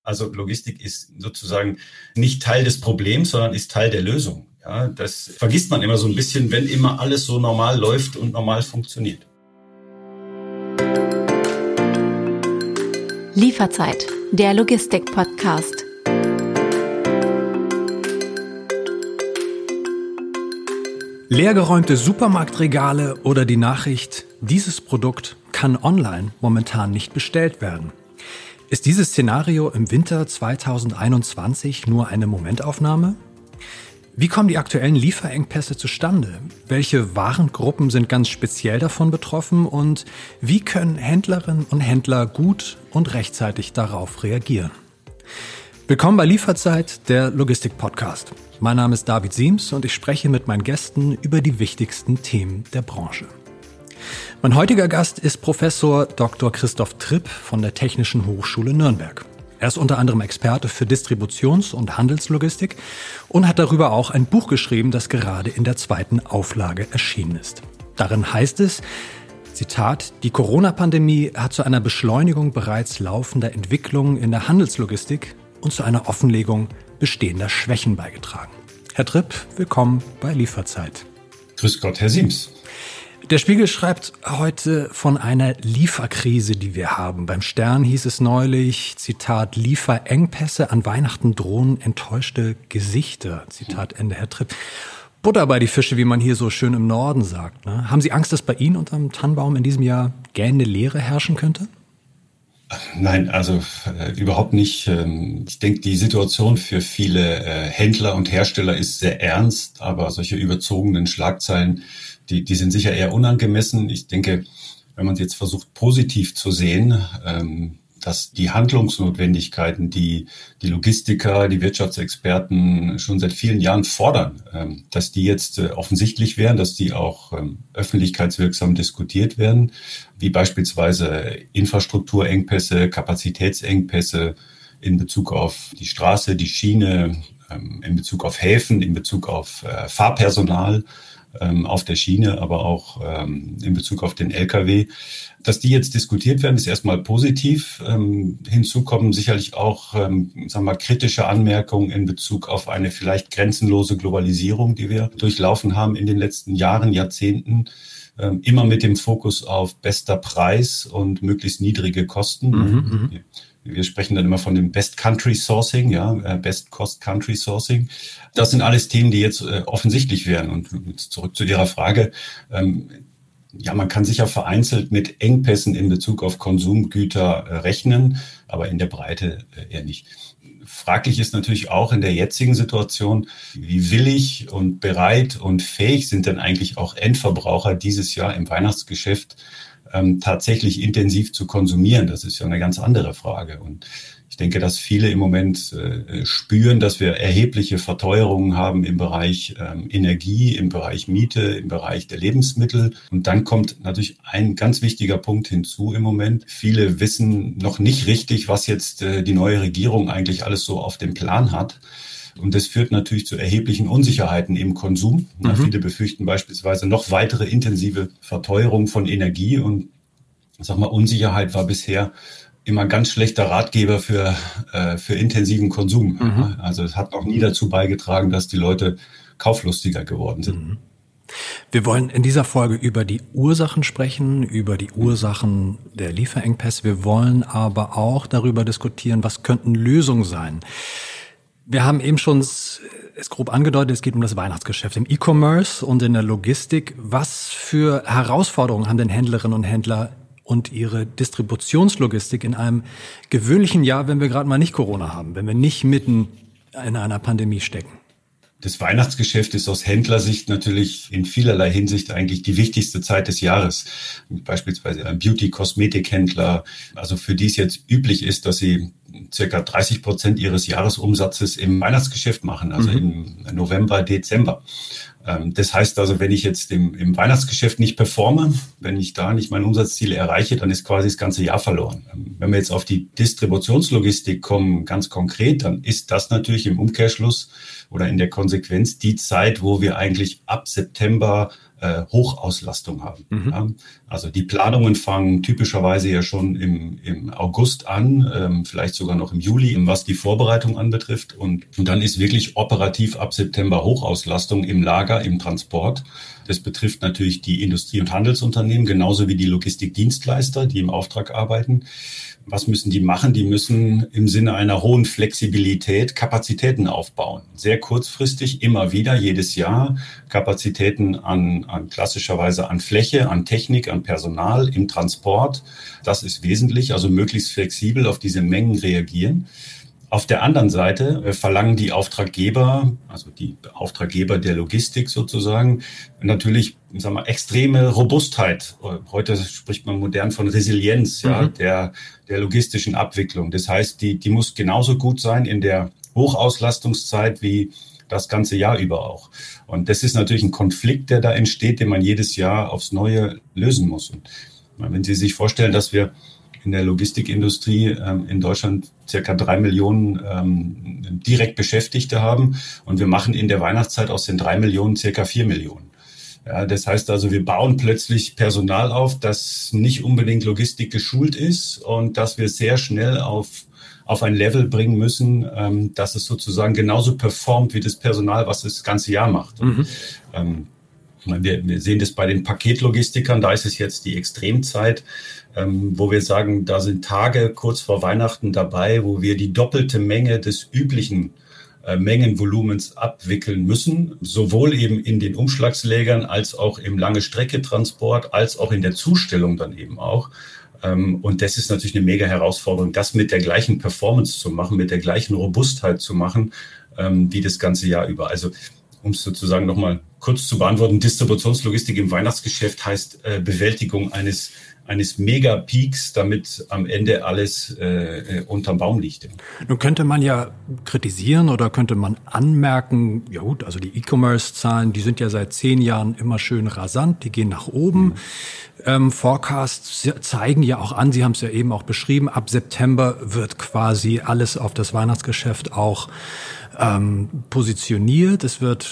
Also Logistik ist sozusagen nicht Teil des Problems, sondern ist Teil der Lösung. Ja, das vergisst man immer so ein bisschen, wenn immer alles so normal läuft und normal funktioniert. Lieferzeit, der Logistik-Podcast. Leergeräumte Supermarktregale oder die Nachricht, dieses Produkt kann online momentan nicht bestellt werden. Ist dieses Szenario im Winter 2021 nur eine Momentaufnahme? Wie kommen die aktuellen Lieferengpässe zustande? Welche Warengruppen sind ganz speziell davon betroffen? Und wie können Händlerinnen und Händler gut und rechtzeitig darauf reagieren? Willkommen bei Lieferzeit, der Logistik-Podcast. Mein Name ist David Siems und ich spreche mit meinen Gästen über die wichtigsten Themen der Branche. Mein heutiger Gast ist Professor Dr. Christoph Tripp von der Technischen Hochschule Nürnberg. Er ist unter anderem Experte für Distributions- und Handelslogistik und hat darüber auch ein Buch geschrieben, das gerade in der 2. Auflage erschienen ist. Darin heißt es, Zitat, die Corona-Pandemie hat zu einer Beschleunigung bereits laufender Entwicklungen in der Handelslogistik und zu einer Offenlegung bestehender Schwächen beigetragen. Herr Tripp, willkommen bei Lieferzeit. Grüß Gott, Herr Siems. Der Spiegel schreibt heute von einer Lieferkrise, die wir haben. Beim Stern hieß es neulich, Zitat, Lieferengpässe an Weihnachten drohen enttäuschte Gesichter. Zitat Ende, Herr Tripp. Butter bei die Fische, wie man hier so schön im Norden sagt. Ne? Haben Sie Angst, dass bei Ihnen unterm Tannenbaum in diesem Jahr gähnende Leere herrschen könnte? Nein, also überhaupt nicht. Ich denke, die Situation für viele Händler und Hersteller ist sehr ernst, aber solche überzogenen Schlagzeilen, die sind sicher eher unangemessen. Ich denke, wenn man es jetzt versucht, positiv zu sehen, dass die Handlungsnotwendigkeiten, die Logistiker, die Wirtschaftsexperten schon seit vielen Jahren fordern, dass die jetzt offensichtlich werden, dass die auch öffentlichkeitswirksam diskutiert werden, wie beispielsweise Infrastrukturengpässe, Kapazitätsengpässe in Bezug auf die Straße, die Schiene, in Bezug auf Häfen, in Bezug auf Fahrpersonal auf der Schiene, aber auch in Bezug auf den Lkw. Dass die jetzt diskutiert werden, ist erstmal positiv. Hinzu kommen sicherlich auch kritische Anmerkungen in Bezug auf eine vielleicht grenzenlose Globalisierung, die wir durchlaufen haben in den letzten Jahren, Jahrzehnten. Immer mit dem Fokus auf bester Preis und möglichst niedrige Kosten. Wir sprechen dann immer von dem Best Country Sourcing, Best Cost Country Sourcing. Das sind alles Themen, die jetzt offensichtlich werden. Und jetzt zurück zu Ihrer Frage. Man kann sicher vereinzelt mit Engpässen in Bezug auf Konsumgüter rechnen, aber in der Breite eher nicht. Fraglich ist natürlich auch in der jetzigen Situation, wie willig und bereit und fähig sind denn eigentlich auch Endverbraucher dieses Jahr im Weihnachtsgeschäft tatsächlich intensiv zu konsumieren. Das ist ja eine ganz andere Frage. Und ich denke, dass viele im Moment spüren, dass wir erhebliche Verteuerungen haben im Bereich Energie, im Bereich Miete, im Bereich der Lebensmittel. Und dann kommt natürlich ein ganz wichtiger Punkt hinzu im Moment. Viele wissen noch nicht richtig, was jetzt die neue Regierung eigentlich alles so auf dem Plan hat. Und das führt natürlich zu erheblichen Unsicherheiten im Konsum. Viele befürchten beispielsweise noch weitere intensive Verteuerung von Energie. Und Unsicherheit war bisher immer ein ganz schlechter Ratgeber für intensiven Konsum. Also es hat noch nie dazu beigetragen, dass die Leute kauflustiger geworden sind. Wir wollen in dieser Folge über die Ursachen sprechen, über die Ursachen der Lieferengpässe. Wir wollen aber auch darüber diskutieren, was könnten Lösungen sein. Wir haben eben schon es grob angedeutet, es geht um das Weihnachtsgeschäft im E-Commerce und in der Logistik. Was für Herausforderungen haben denn Händlerinnen und Händler und ihre Distributionslogistik in einem gewöhnlichen Jahr, wenn wir gerade mal nicht Corona haben, wenn wir nicht mitten in einer Pandemie stecken? Das Weihnachtsgeschäft ist aus Händlersicht natürlich in vielerlei Hinsicht eigentlich die wichtigste Zeit des Jahres. Beispielsweise ein Beauty-Kosmetikhändler, also für die es jetzt üblich ist, dass sie circa 30% ihres Jahresumsatzes im Weihnachtsgeschäft machen, also im November, Dezember. Das heißt also, wenn ich jetzt im Weihnachtsgeschäft nicht performe, wenn ich da nicht mein Umsatzziel erreiche, dann ist quasi das ganze Jahr verloren. Wenn wir jetzt auf die Distributionslogistik kommen, ganz konkret, dann ist das natürlich im Umkehrschluss oder in der Konsequenz die Zeit, wo wir eigentlich ab September Hochauslastung haben. Ja, also die Planungen fangen typischerweise ja schon im August an, vielleicht sogar noch im Juli, was die Vorbereitung anbetrifft. Und dann ist wirklich operativ ab September Hochauslastung im Lager, im Transport. Das betrifft natürlich die Industrie- und Handelsunternehmen, genauso wie die Logistikdienstleister, die im Auftrag arbeiten. Was müssen die machen? Die müssen im Sinne einer hohen Flexibilität Kapazitäten aufbauen. Sehr kurzfristig, immer wieder, jedes Jahr Kapazitäten klassischerweise an Fläche, an Technik, an Personal, im Transport. Das ist wesentlich, also möglichst flexibel auf diese Mengen reagieren. Auf der anderen Seite verlangen die Auftraggeber, also die Auftraggeber der Logistik sozusagen, natürlich, sagen wir, extreme Robustheit. Heute spricht man modern von Resilienz, ja, der logistischen Abwicklung. Das heißt, die muss genauso gut sein in der Hochauslastungszeit wie das ganze Jahr über auch. Und das ist natürlich ein Konflikt, der da entsteht, den man jedes Jahr aufs Neue lösen muss. Und wenn Sie sich vorstellen, dass wir in der Logistikindustrie in Deutschland circa 3 Millionen direkt Beschäftigte haben und wir machen in der Weihnachtszeit aus den 3 Millionen circa 4 Millionen. Ja, das heißt also, wir bauen plötzlich Personal auf, das nicht unbedingt Logistik geschult ist und dass wir sehr schnell auf ein Level bringen müssen, dass es sozusagen genauso performt wie das Personal, was es das ganze Jahr macht. Wir sehen das bei den Paketlogistikern, da ist es jetzt die Extremzeit, wo wir sagen, da sind Tage kurz vor Weihnachten dabei, wo wir die doppelte Menge des üblichen Mengenvolumens abwickeln müssen, sowohl eben in den Umschlagslägern als auch im Lange-Strecke-Transport, als auch in der Zustellung dann eben auch. Und das ist natürlich eine mega Herausforderung, das mit der gleichen Performance zu machen, mit der gleichen Robustheit zu machen, wie das ganze Jahr über. Also um es sozusagen nochmal kurz zu beantworten, Distributionslogistik im Weihnachtsgeschäft heißt Bewältigung eines Mega-Peaks, damit am Ende alles unterm Baum liegt. Nun könnte man ja kritisieren oder könnte man anmerken, ja gut, also die E-Commerce-Zahlen, die sind ja seit 10 Jahren immer schön rasant, die gehen nach oben. Forecasts zeigen ja auch an, Sie haben es ja eben auch beschrieben, ab September wird quasi alles auf das Weihnachtsgeschäft auch positioniert. Es wird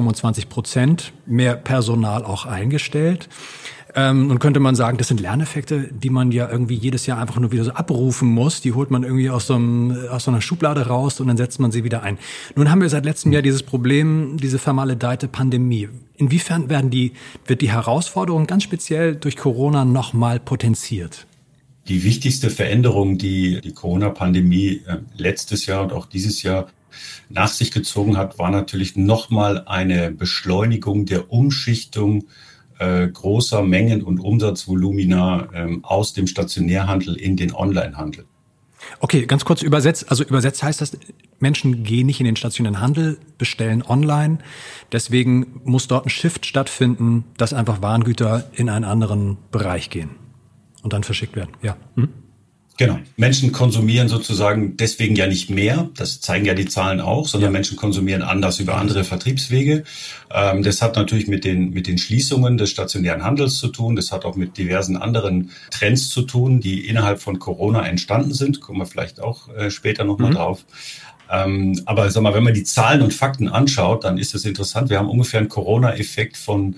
25% mehr Personal auch eingestellt. Nun könnte man sagen, das sind Lerneffekte, die man ja irgendwie jedes Jahr einfach nur wieder so abrufen muss. Die holt man irgendwie aus so einer Schublade raus und dann setzt man sie wieder ein. Nun haben wir seit letztem Jahr dieses Problem, diese vermaledeite Pandemie. Inwiefern wird die Herausforderung ganz speziell durch Corona nochmal potenziert? Die wichtigste Veränderung, die Corona-Pandemie letztes Jahr und auch dieses Jahr nach sich gezogen hat, war natürlich nochmal eine Beschleunigung der Umschichtung großer Mengen und Umsatzvolumina aus dem Stationärhandel in den Onlinehandel. Okay, ganz kurz übersetzt. Also übersetzt heißt das, Menschen gehen nicht in den stationären Handel, bestellen online. Deswegen muss dort ein Shift stattfinden, dass einfach Warengüter in einen anderen Bereich gehen und dann verschickt werden. Ja. Genau. Menschen konsumieren sozusagen deswegen ja nicht mehr, das zeigen ja die Zahlen auch, sondern Menschen konsumieren anders über andere Vertriebswege. Das hat natürlich mit den Schließungen des stationären Handels zu tun. Das hat auch mit diversen anderen Trends zu tun, die innerhalb von Corona entstanden sind. Kommen wir vielleicht auch später nochmal drauf. Aber sag mal, wenn man die Zahlen und Fakten anschaut, dann ist es interessant. Wir haben ungefähr einen Corona-Effekt von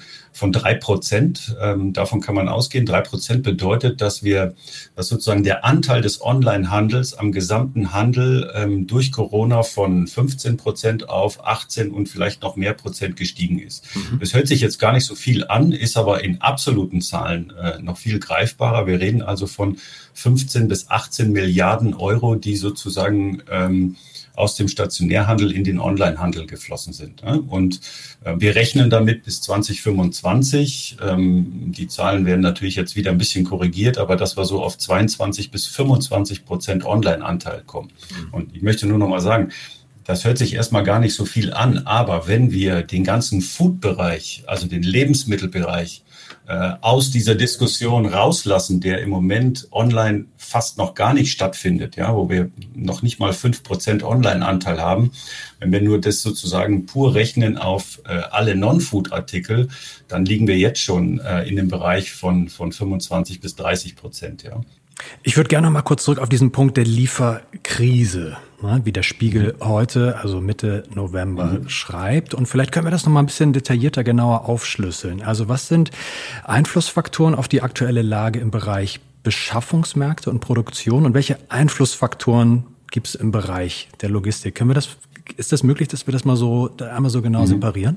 3%. Davon kann man ausgehen. 3% bedeutet, dass sozusagen der Anteil des Onlinehandels am gesamten Handel durch Corona von 15% auf 18 und vielleicht noch mehr Prozent gestiegen ist. Das hört sich jetzt gar nicht so viel an, ist aber in absoluten Zahlen noch viel greifbarer. Wir reden also von 15 bis 18 Milliarden Euro, die sozusagen aus dem Stationärhandel in den Onlinehandel geflossen sind. Und wir rechnen damit bis 2025. Die Zahlen werden natürlich jetzt wieder ein bisschen korrigiert, aber dass wir so auf 22 bis 25% Online-Anteil kommen. Und ich möchte nur noch mal sagen, das hört sich erstmal gar nicht so viel an, aber wenn wir den ganzen Food-Bereich, also den Lebensmittelbereich, aus dieser Diskussion rauslassen, der im Moment online fast noch gar nicht stattfindet, ja, wo wir noch nicht mal 5% Online-Anteil haben. Wenn wir nur das sozusagen pur rechnen auf alle Non-Food-Artikel, dann liegen wir jetzt schon in dem Bereich von 25 bis 30%, ja. Ich würde gerne noch mal kurz zurück auf diesen Punkt der Lieferkrise, wie der Spiegel heute, also Mitte November, schreibt. Und vielleicht können wir das noch mal ein bisschen detaillierter, genauer aufschlüsseln. Also was sind Einflussfaktoren auf die aktuelle Lage im Bereich Beschaffungsmärkte und Produktion? Und welche Einflussfaktoren gibt es im Bereich der Logistik? Ist das möglich, dass wir das mal so einmal so genau separieren?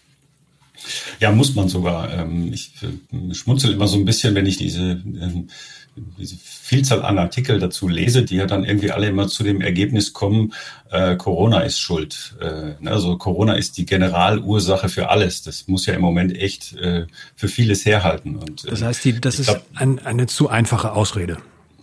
Ja, muss man sogar. Ich schmunzel immer so ein bisschen, wenn ich diese Vielzahl an Artikel dazu lese, die ja dann irgendwie alle immer zu dem Ergebnis kommen, Corona ist schuld. Also Corona ist die Generalursache für alles. Das muss ja im Moment echt für vieles herhalten. Und, das heißt, das ist eine zu einfache Ausrede.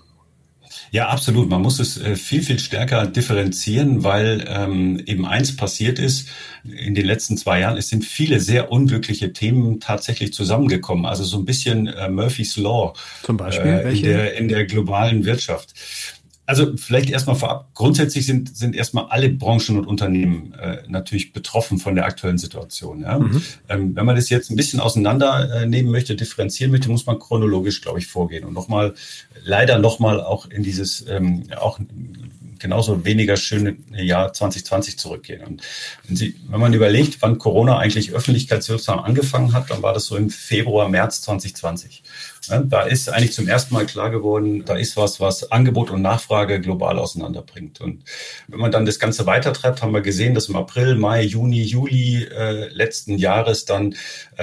Ja, absolut. Man muss es viel, viel stärker differenzieren, weil eben eins passiert ist. In den letzten 2 Jahren, es sind viele sehr unglückliche Themen tatsächlich zusammengekommen. Also so ein bisschen Murphy's Law. Zum Beispiel? In der globalen Wirtschaft. Also vielleicht erstmal vorab. Grundsätzlich sind erstmal alle Branchen und Unternehmen natürlich betroffen von der aktuellen Situation. Ja? Wenn man das jetzt ein bisschen auseinandernehmen möchte, differenzieren möchte, muss man chronologisch, glaube ich, vorgehen. Und leider nochmal auch in dieses auch genauso weniger schöne Jahr 2020 zurückgehen. Und wenn man überlegt, wann Corona eigentlich öffentlichkeitswirksam angefangen hat, dann war das so im Februar, März 2020. Da ist eigentlich zum ersten Mal klar geworden, da ist was Angebot und Nachfrage global auseinanderbringt. Und wenn man dann das Ganze weitertreibt, haben wir gesehen, dass im April, Mai, Juni, Juli letzten Jahres dann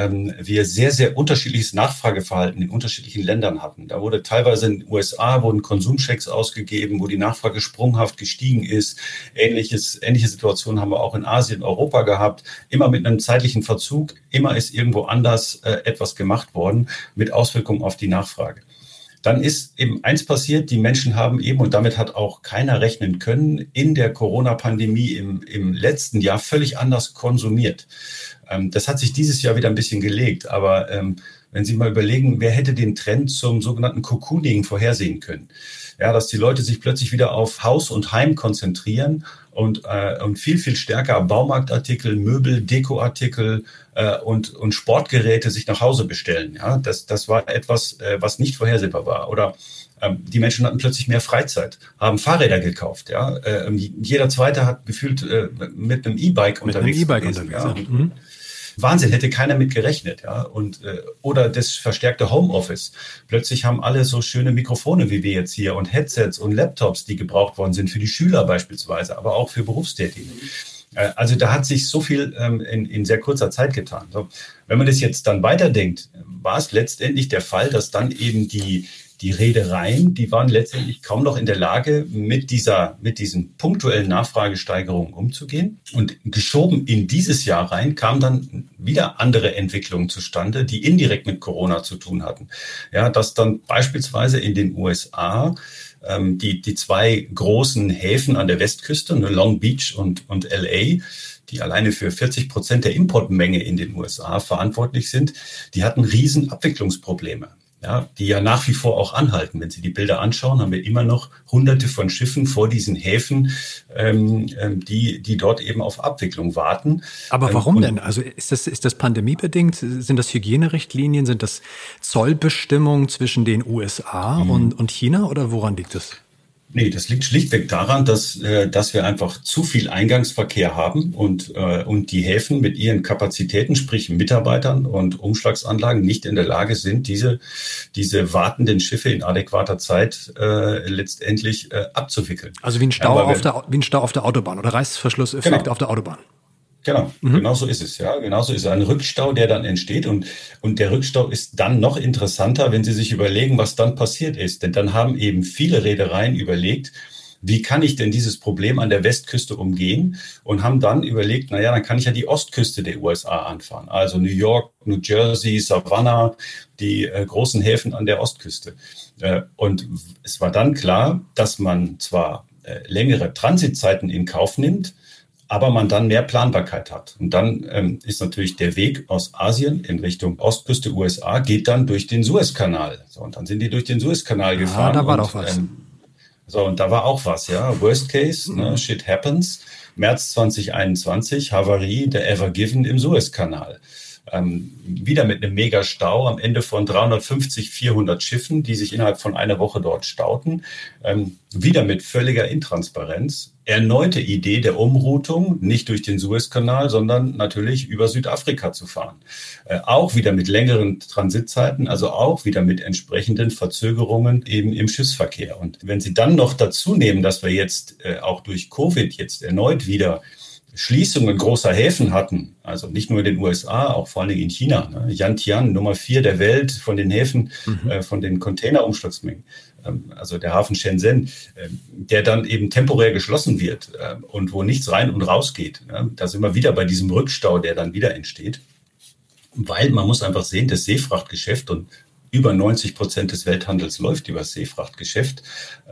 wir sehr, sehr unterschiedliches Nachfrageverhalten in unterschiedlichen Ländern hatten. Da wurde teilweise in den USA wurden Konsumchecks ausgegeben, wo die Nachfrage sprunghaft gestiegen ist. Ähnliche Situationen haben wir auch in Asien, Europa gehabt. Immer mit einem zeitlichen Verzug. Immer ist irgendwo anders etwas gemacht worden mit Auswirkungen auf die Nachfrage. Dann ist eben eins passiert, die Menschen haben eben, und damit hat auch keiner rechnen können, in der Corona-Pandemie im letzten Jahr völlig anders konsumiert. Das hat sich dieses Jahr wieder ein bisschen gelegt, aber wenn Sie mal überlegen, wer hätte den Trend zum sogenannten Cocooning vorhersehen können? Ja, dass die Leute sich plötzlich wieder auf Haus und Heim konzentrieren und viel, viel stärker Baumarktartikel, Möbel, Dekoartikel und Sportgeräte sich nach Hause bestellen. Ja, das war etwas, was nicht vorhersehbar war. Oder die Menschen hatten plötzlich mehr Freizeit, haben Fahrräder gekauft. Ja, jeder Zweite hat gefühlt mit einem E-Bike unterwegs. Ja. Wahnsinn, hätte keiner mit gerechnet, ja. Oder das verstärkte Homeoffice. Plötzlich haben alle so schöne Mikrofone wie wir jetzt hier und Headsets und Laptops, die gebraucht worden sind für die Schüler beispielsweise, aber auch für Berufstätige. Also da hat sich so viel in sehr kurzer Zeit getan. So, wenn man das jetzt dann weiterdenkt, war es letztendlich der Fall, dass dann eben die Reedereien, die waren letztendlich kaum noch in der Lage, mit diesen punktuellen Nachfragesteigerungen umzugehen. Und geschoben in dieses Jahr rein kamen dann wieder andere Entwicklungen zustande, die indirekt mit Corona zu tun hatten. Ja, dass dann beispielsweise in den USA die 2 großen Häfen an der Westküste, Long Beach und LA, die alleine für 40% der Importmenge in den USA verantwortlich sind, die hatten riesen Abwicklungsprobleme. Ja, die ja nach wie vor auch anhalten. Wenn Sie die Bilder anschauen, haben wir immer noch Hunderte von Schiffen vor diesen Häfen, die dort eben auf Abwicklung warten. Aber warum denn? Also ist das pandemiebedingt? Sind das Hygienerichtlinien? Sind das Zollbestimmungen zwischen den USA und China? Oder woran liegt das? Nee, das liegt schlichtweg daran, dass wir einfach zu viel Eingangsverkehr haben und die Häfen mit ihren Kapazitäten, sprich Mitarbeitern und Umschlagsanlagen, nicht in der Lage sind, diese wartenden Schiffe in adäquater Zeit letztendlich abzuwickeln. Also wie ein Stau auf der Autobahn oder Reißverschlusseffekt auf der Autobahn. Genau, genau so ist es. Ja, genau so ist es. Ein Rückstau, der dann entsteht. Und der Rückstau ist dann noch interessanter, wenn Sie sich überlegen, was dann passiert ist. Denn dann haben eben viele Reedereien überlegt, wie kann ich denn dieses Problem an der Westküste umgehen? Und haben dann überlegt, dann kann ich ja die Ostküste der USA anfahren. Also New York, New Jersey, Savannah, die großen Häfen an der Ostküste. Und es war dann klar, dass man zwar längere Transitzeiten in Kauf nimmt, aber man dann mehr Planbarkeit hat. Und dann ist natürlich der Weg aus Asien in Richtung Ostküste USA, geht dann durch den Suezkanal. So, und dann sind die durch den Suezkanal gefahren. Da war doch was. Und da war auch was, ja. Worst case, shit happens. März 2021, Havarie der Ever Given im Suezkanal. wieder mit einem Megastau am Ende von 350, 400 Schiffen, die sich innerhalb von einer Woche dort stauten. Wieder mit völliger Intransparenz. Erneute Idee der Umroutung, nicht durch den Suezkanal, sondern natürlich über Südafrika zu fahren. Auch wieder mit längeren Transitzeiten, also auch wieder mit entsprechenden Verzögerungen eben im Schiffsverkehr. Und wenn Sie dann noch dazu nehmen, dass wir jetzt auch durch Covid jetzt erneut wieder Schließungen großer Häfen hatten, also nicht nur in den USA, auch vor allen Dingen in China. Ne? Yantian, Nummer 4 der Welt von den Häfen, von den Containerumschlagsmengen, also der Hafen Shenzhen, der dann eben temporär geschlossen wird und wo nichts rein und raus geht. Ne? Da sind wir wieder bei diesem Rückstau, der dann wieder entsteht. Weil man muss einfach sehen, das Seefrachtgeschäft und über 90% des Welthandels läuft über das Seefrachtgeschäft,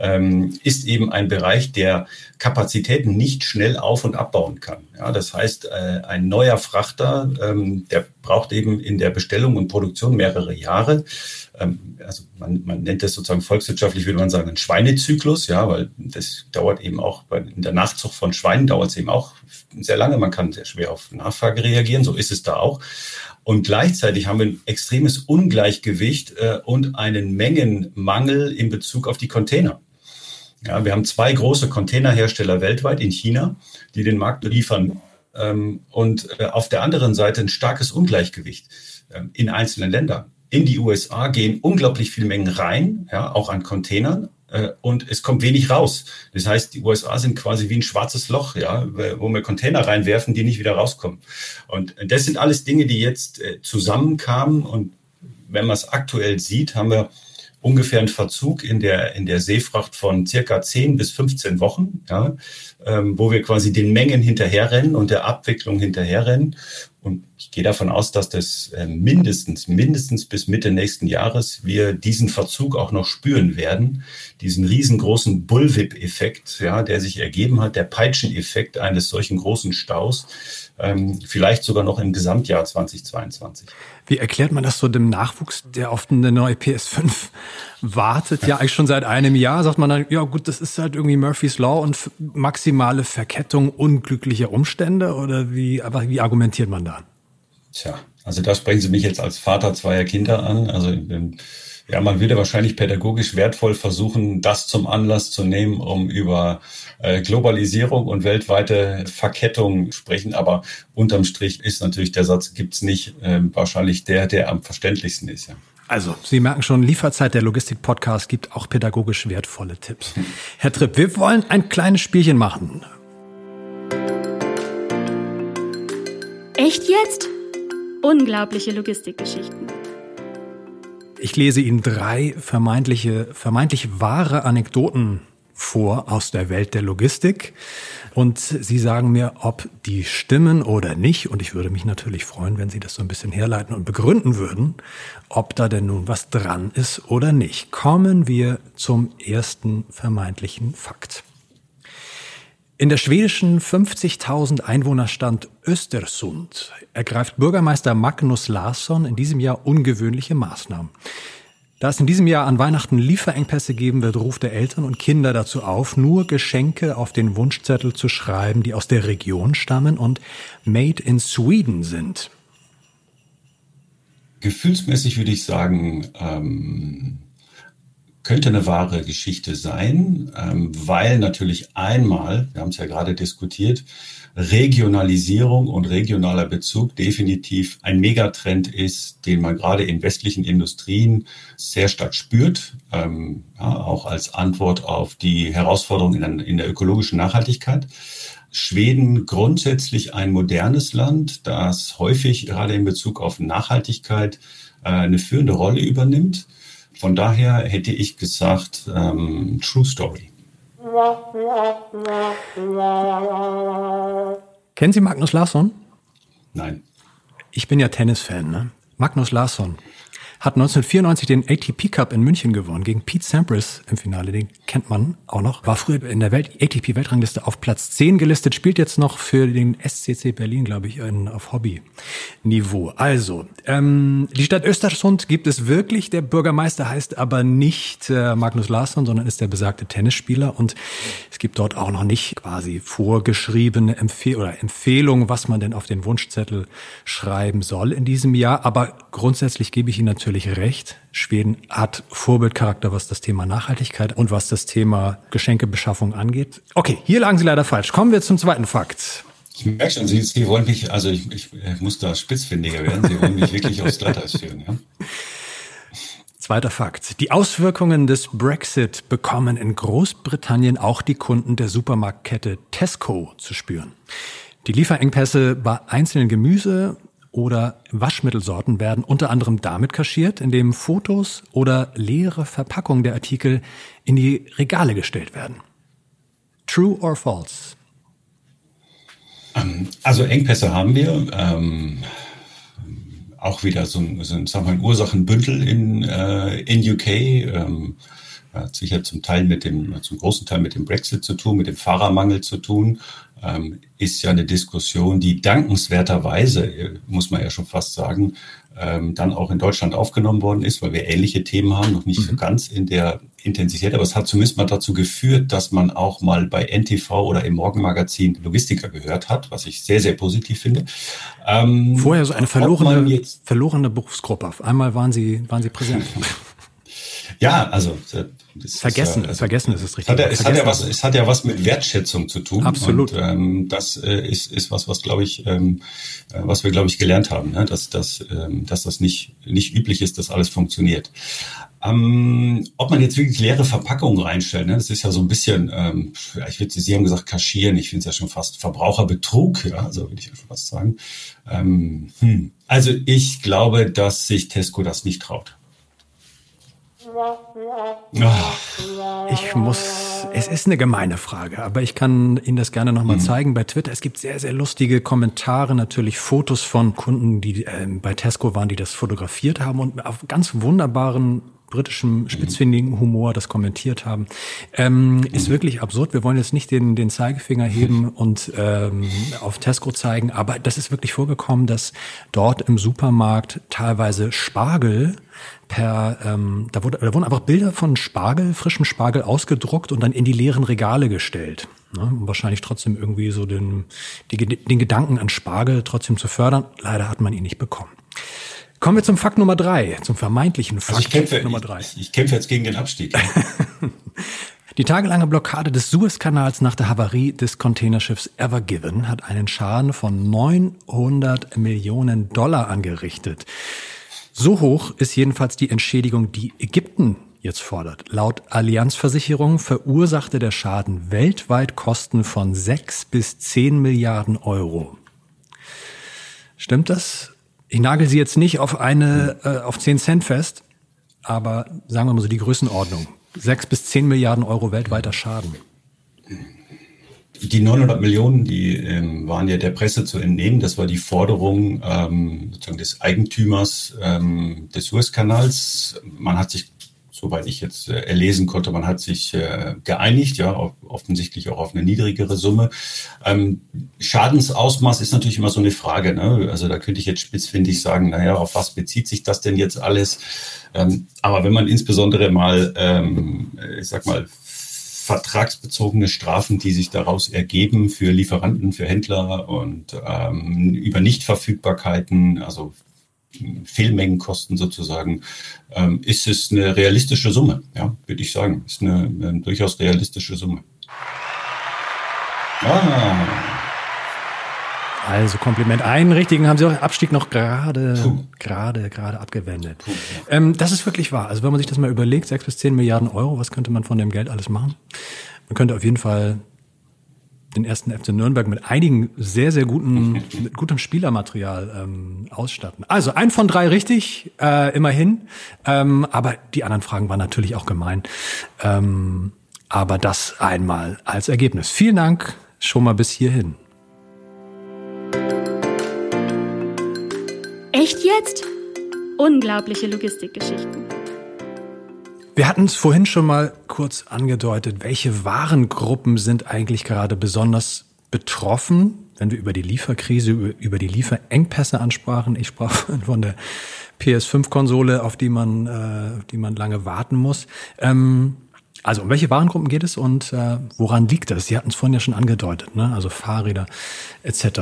ist eben ein Bereich, der Kapazitäten nicht schnell auf- und abbauen kann. Ja, das heißt, ein neuer Frachter, der braucht eben in der Bestellung und Produktion mehrere Jahre. Also man nennt das sozusagen volkswirtschaftlich, würde man sagen, einen Schweinezyklus, ja, weil das dauert eben auch, in der Nachzucht von Schweinen dauert es eben auch sehr lange. Man kann sehr schwer auf Nachfrage reagieren, so ist es da auch. Und gleichzeitig haben wir ein extremes Ungleichgewicht und einen Mengenmangel in Bezug auf die Container. Ja, wir haben 2 große Containerhersteller weltweit in China, die den Markt liefern. Und auf der anderen Seite ein starkes Ungleichgewicht in einzelnen Ländern. In die USA gehen unglaublich viele Mengen rein, ja, auch an Containern. Und es kommt wenig raus. Das heißt, die USA sind quasi wie ein schwarzes Loch, ja, wo wir Container reinwerfen, die nicht wieder rauskommen. Und das sind alles Dinge, die jetzt zusammenkamen. Und wenn man es aktuell sieht, haben wir ungefähr einen Verzug in der Seefracht von circa 10 bis 15 Wochen, ja, wo wir quasi den Mengen hinterherrennen und der Abwicklung hinterherrennen. Und ich gehe davon aus, dass das mindestens bis Mitte nächsten Jahres wir diesen Verzug auch noch spüren werden. Diesen riesengroßen Bullwhip-Effekt, ja, der sich ergeben hat, der Peitscheneffekt eines solchen großen Staus, vielleicht sogar noch im Gesamtjahr 2022. Wie erklärt man das so dem Nachwuchs, der auf eine neue PS5 wartet? Ja, eigentlich schon seit einem Jahr sagt man dann, ja gut, das ist halt irgendwie Murphy's Law und maximale Verkettung unglücklicher Umstände, oder wie argumentiert man da? Tja, also da sprechen Sie mich jetzt als Vater 2 Kinder an. Also ja, man würde wahrscheinlich pädagogisch wertvoll versuchen, das zum Anlass zu nehmen, um über Globalisierung und weltweite Verkettung sprechen. Aber unterm Strich ist natürlich der Satz, gibt's nicht, wahrscheinlich der am verständlichsten ist. Ja. Also, Sie merken schon, Lieferzeit, der Logistik-Podcast, gibt auch pädagogisch wertvolle Tipps. Herr Tripp, wir wollen ein kleines Spielchen machen. Echt jetzt? Unglaubliche Logistikgeschichten. Ich lese Ihnen 3 vermeintlich wahre Anekdoten vor aus der Welt der Logistik. Und Sie sagen mir, ob die stimmen oder nicht. Und ich würde mich natürlich freuen, wenn Sie das so ein bisschen herleiten und begründen würden, ob da denn nun was dran ist oder nicht. Kommen wir zum ersten vermeintlichen Fakt. In der schwedischen 50.000 Einwohnerstadt Östersund ergreift Bürgermeister Magnus Larsson in diesem Jahr ungewöhnliche Maßnahmen. Da es in diesem Jahr an Weihnachten Lieferengpässe geben wird, ruft er Eltern und Kinder dazu auf, nur Geschenke auf den Wunschzettel zu schreiben, die aus der Region stammen und made in Sweden sind. Gefühlsmäßig würde ich sagen, könnte eine wahre Geschichte sein, weil natürlich einmal, wir haben es ja gerade diskutiert, Regionalisierung und regionaler Bezug definitiv ein Megatrend ist, den man gerade in westlichen Industrien sehr stark spürt, auch als Antwort auf die Herausforderungen in der ökologischen Nachhaltigkeit. Schweden grundsätzlich ein modernes Land, das häufig gerade in Bezug auf Nachhaltigkeit eine führende Rolle übernimmt. Von daher hätte ich gesagt, True Story. Kennen Sie Magnus Larsson? Nein. Ich bin ja Tennisfan, ne? Magnus Larsson hat 1994 den ATP Cup in München gewonnen gegen Pete Sampras im Finale. Den kennt man auch noch. War früher in der ATP-Weltrangliste auf Platz 10 gelistet, spielt jetzt noch für den SCC Berlin, glaube ich, auf Hobby-Niveau. Also, die Stadt Östersund gibt es wirklich. Der Bürgermeister heißt aber nicht Magnus Larsson, sondern ist der besagte Tennisspieler. Und es gibt dort auch noch nicht quasi vorgeschriebene Empfehlungen, was man denn auf den Wunschzettel schreiben soll in diesem Jahr. Aber grundsätzlich gebe ich Ihnen natürlich recht. Schweden hat Vorbildcharakter, was das Thema Nachhaltigkeit und was das Thema Geschenkebeschaffung angeht. Okay, hier lagen Sie leider falsch. Kommen wir zum zweiten Fakt. Ich merke schon, Sie wollen mich, also ich muss da spitzfindiger werden. Sie wollen mich wirklich aufs Glatteis führen, ja? Zweiter Fakt. Die Auswirkungen des Brexit bekommen in Großbritannien auch die Kunden der Supermarktkette Tesco zu spüren. Die Lieferengpässe bei einzelnen Gemüse- oder Waschmittelsorten werden unter anderem damit kaschiert, indem Fotos oder leere Verpackungen der Artikel in die Regale gestellt werden. True or false? Also Engpässe haben wir. Auch wieder so ein Ursachenbündel in UK. Hat sicher zum großen Teil mit dem Brexit zu tun, mit dem Fahrermangel zu tun. Ist ja eine Diskussion, die dankenswerterweise, muss man ja schon fast sagen, dann auch in Deutschland aufgenommen worden ist, weil wir ähnliche Themen haben, noch nicht so ganz in der Intensität, aber es hat zumindest mal dazu geführt, dass man auch mal bei NTV oder im Morgenmagazin Logistiker gehört hat, was ich sehr, sehr positiv finde. Vorher so eine verlorene Berufsgruppe. Auf einmal waren Sie präsent. Ja, also vergessen ist es richtig. Es hat ja was mit Wertschätzung zu tun. Absolut. Und das ist was glaube ich, was wir glaube ich gelernt haben, ne? Dass das nicht üblich ist, dass alles funktioniert. Ob man jetzt wirklich leere Verpackungen reinstellt, ne? Das ist ja so ein bisschen, Sie haben gesagt kaschieren, ich finde es ja schon fast Verbraucherbetrug, ja, also würde ich ja schon fast sagen. Also ich glaube, dass sich Tesco das nicht traut. Es ist eine gemeine Frage, aber ich kann Ihnen das gerne nochmal zeigen bei Twitter. Es gibt sehr, sehr lustige Kommentare, natürlich Fotos von Kunden, die bei Tesco waren, die das fotografiert haben und auf ganz wunderbaren britischem spitzfindigen Humor das kommentiert haben. Ist wirklich absurd. Wir wollen jetzt nicht den Zeigefinger heben und auf Tesco zeigen, aber das ist wirklich vorgekommen, dass dort im Supermarkt teilweise Spargel da wurden einfach Bilder von frischem Spargel ausgedruckt und dann in die leeren Regale gestellt. Ne, um wahrscheinlich trotzdem irgendwie so den Gedanken an Spargel trotzdem zu fördern. Leider hat man ihn nicht bekommen. Kommen wir zum Fakt Nummer 3, zum vermeintlichen Fakt Nummer 3. Ich kämpfe jetzt gegen den Abstieg. Die tagelange Blockade des Suezkanals nach der Havarie des Containerschiffs Ever Given hat einen Schaden von $900 Millionen angerichtet. So hoch ist jedenfalls die Entschädigung, die Ägypten jetzt fordert. Laut Allianz-Versicherung verursachte der Schaden weltweit Kosten von 6 bis 10 Milliarden Euro. Stimmt das? Ich nagel Sie jetzt nicht auf 10 Cent fest, aber sagen wir mal so die Größenordnung. 6 bis 10 Milliarden Euro weltweiter Schaden. Die 900 Millionen, die waren ja der Presse zu entnehmen. Das war die Forderung sozusagen des Eigentümers des Suezkanals. Man hat sich, soweit ich jetzt erlesen konnte, man hat sich geeinigt, ja, offensichtlich auch auf eine niedrigere Summe. Schadensausmaß ist natürlich immer so eine Frage, ne? Also da könnte ich jetzt spitzfindig sagen, naja, auf was bezieht sich das denn jetzt alles? Aber wenn man insbesondere mal, vertragsbezogene Strafen, die sich daraus ergeben für Lieferanten, für Händler und über Nichtverfügbarkeiten, also Fehlmengenkosten sozusagen, ist es eine realistische Summe, ja, würde ich sagen. Ist eine durchaus realistische Summe. Also Kompliment. Einen richtigen haben Sie auch Abstieg noch gerade abgewendet. Das ist wirklich wahr. Also wenn man sich das mal überlegt, 6 bis 10 Milliarden Euro, was könnte man von dem Geld alles machen? Man könnte auf jeden Fall den ersten FC Nürnberg mit einigen sehr, sehr mit gutem Spielermaterial ausstatten. Also 1 von 3 richtig, immerhin. Aber die anderen Fragen waren natürlich auch gemein. Aber das einmal als Ergebnis. Vielen Dank schon mal bis hierhin. Echt jetzt? Unglaubliche Logistikgeschichten. Wir hatten es vorhin schon mal kurz angedeutet. Welche Warengruppen sind eigentlich gerade besonders betroffen, wenn wir über die Lieferkrise, über die Lieferengpässe ansprachen? Ich sprach von der PS5-Konsole, auf die man lange warten muss. Also um welche Warengruppen geht es und woran liegt das? Sie hatten es vorhin ja schon angedeutet, ne? Also Fahrräder etc.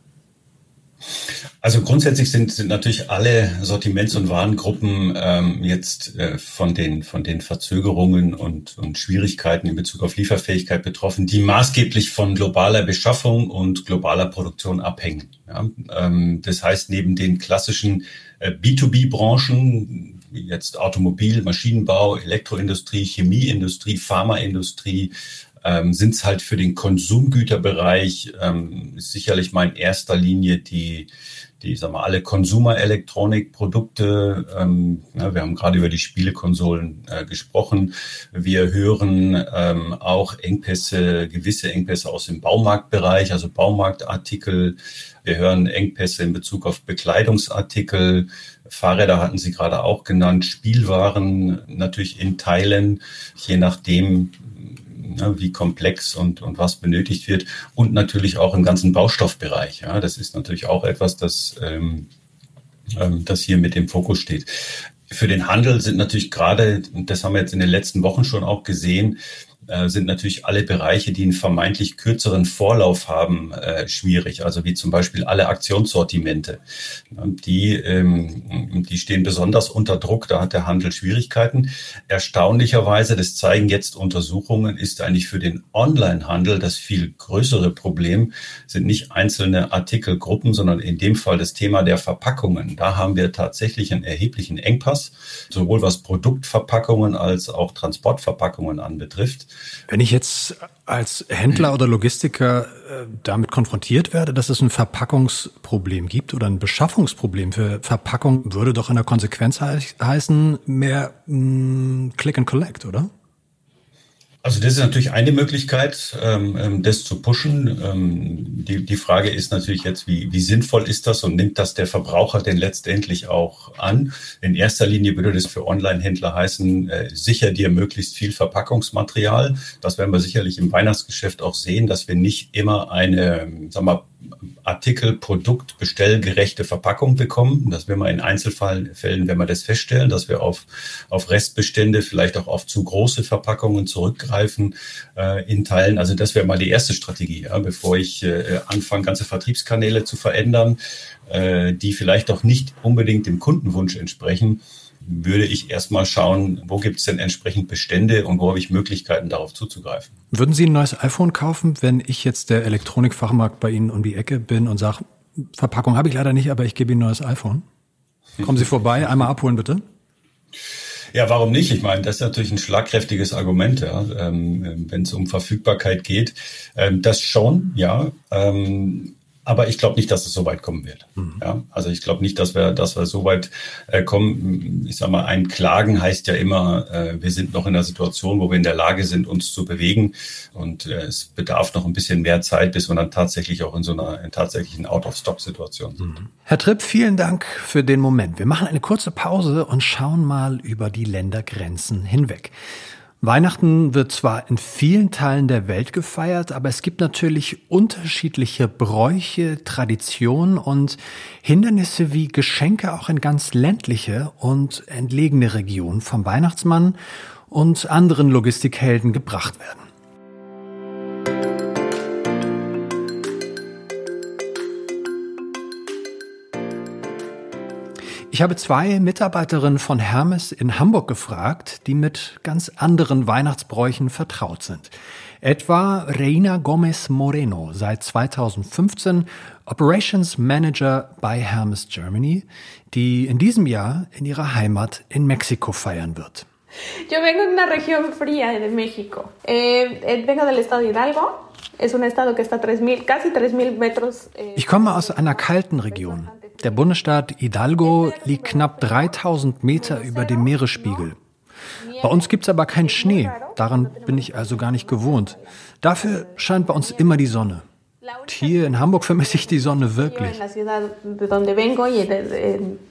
Also grundsätzlich sind natürlich alle Sortiments- und Warengruppen jetzt von den Verzögerungen und Schwierigkeiten in Bezug auf Lieferfähigkeit betroffen, die maßgeblich von globaler Beschaffung und globaler Produktion abhängen. Ja? Das heißt, neben den klassischen B2B-Branchen, wie jetzt Automobil, Maschinenbau, Elektroindustrie, Chemieindustrie, Pharmaindustrie, sind es halt für den Konsumgüterbereich sicherlich mal in erster Linie die sagen wir, alle Consumer-Elektronik-Produkte. Wir haben gerade über die Spielekonsolen gesprochen. Wir hören auch gewisse Engpässe aus dem Baumarktbereich, also Baumarktartikel. Wir hören Engpässe in Bezug auf Bekleidungsartikel. Fahrräder hatten Sie gerade auch genannt. Spielwaren natürlich in Teilen, je nachdem, wie komplex und was benötigt wird, und natürlich auch im ganzen Baustoffbereich. Ja, das ist natürlich auch etwas, das hier mit im Fokus steht. Für den Handel sind natürlich gerade, das haben wir jetzt in den letzten Wochen schon auch gesehen, sind natürlich alle Bereiche, die einen vermeintlich kürzeren Vorlauf haben, schwierig. Also wie zum Beispiel alle Aktionssortimente. Die stehen besonders unter Druck, da hat der Handel Schwierigkeiten. Erstaunlicherweise, das zeigen jetzt Untersuchungen, ist eigentlich für den Onlinehandel das viel größere Problem, sind nicht einzelne Artikelgruppen, sondern in dem Fall das Thema der Verpackungen. Da haben wir tatsächlich einen erheblichen Engpass, sowohl was Produktverpackungen als auch Transportverpackungen anbetrifft. Wenn ich jetzt als Händler oder Logistiker damit konfrontiert werde, dass es ein Verpackungsproblem gibt oder ein Beschaffungsproblem für Verpackung, würde doch in der Konsequenz heißen, mehr Click and Collect, oder? Also das ist natürlich eine Möglichkeit, das zu pushen. Die Frage ist natürlich jetzt, wie sinnvoll ist das und nimmt das der Verbraucher denn letztendlich auch an? In erster Linie würde das für Online-Händler heißen, sicher dir möglichst viel Verpackungsmaterial. Das werden wir sicherlich im Weihnachtsgeschäft auch sehen, dass wir nicht immer eine, Artikel, Produkt, bestellgerechte Verpackung bekommen. Das werden wir in Einzelfällen, wenn wir das feststellen, dass wir auf Restbestände, vielleicht auch auf zu große Verpackungen zurückgreifen in Teilen. Also das wäre mal die erste Strategie, ja, bevor ich anfange, ganze Vertriebskanäle zu verändern, die vielleicht auch nicht unbedingt dem Kundenwunsch entsprechen, würde ich erstmal schauen, wo gibt es denn entsprechend Bestände und wo habe ich Möglichkeiten, darauf zuzugreifen. Würden Sie ein neues iPhone kaufen, wenn ich jetzt der Elektronikfachmarkt bei Ihnen um die Ecke bin und sage, Verpackung habe ich leider nicht, aber ich gebe Ihnen ein neues iPhone? Kommen Sie vorbei, einmal abholen bitte. Ja, warum nicht? Ich meine, das ist natürlich ein schlagkräftiges Argument, ja, wenn es um Verfügbarkeit geht. Das schon, ja. Aber ich glaube nicht, dass es so weit kommen wird. Ja, also ich glaube nicht, dass wir so weit kommen. Ich sage mal, ein Klagen heißt ja immer, wir sind noch in einer Situation, wo wir in der Lage sind, uns zu bewegen. Und es bedarf noch ein bisschen mehr Zeit, bis wir dann tatsächlich auch in so einer tatsächlichen Out-of-Stock-Situation sind. Herr Tripp, vielen Dank für den Moment. Wir machen eine kurze Pause und schauen mal über die Ländergrenzen hinweg. Weihnachten wird zwar in vielen Teilen der Welt gefeiert, aber es gibt natürlich unterschiedliche Bräuche, Traditionen und Hindernisse wie Geschenke auch in ganz ländliche und entlegene Regionen vom Weihnachtsmann und anderen Logistikhelden gebracht werden. Ich habe 2 Mitarbeiterinnen von Hermes in Hamburg gefragt, die mit ganz anderen Weihnachtsbräuchen vertraut sind. Etwa Reina Gomez Moreno, seit 2015 Operations Manager bei Hermes Germany, die in diesem Jahr in ihrer Heimat in Mexiko feiern wird. Yo vengo de una región fría de México. Vengo del estado de Hidalgo. Es un estado que está casi 3.000 metros. Ich komme aus einer kalten Region. Der Bundesstaat Hidalgo liegt knapp 3000 Meter über dem Meeresspiegel. Bei uns gibt's aber keinen Schnee. Daran bin ich also gar nicht gewohnt. Dafür scheint bei uns immer die Sonne. Und hier in Hamburg vermisse ich die Sonne wirklich.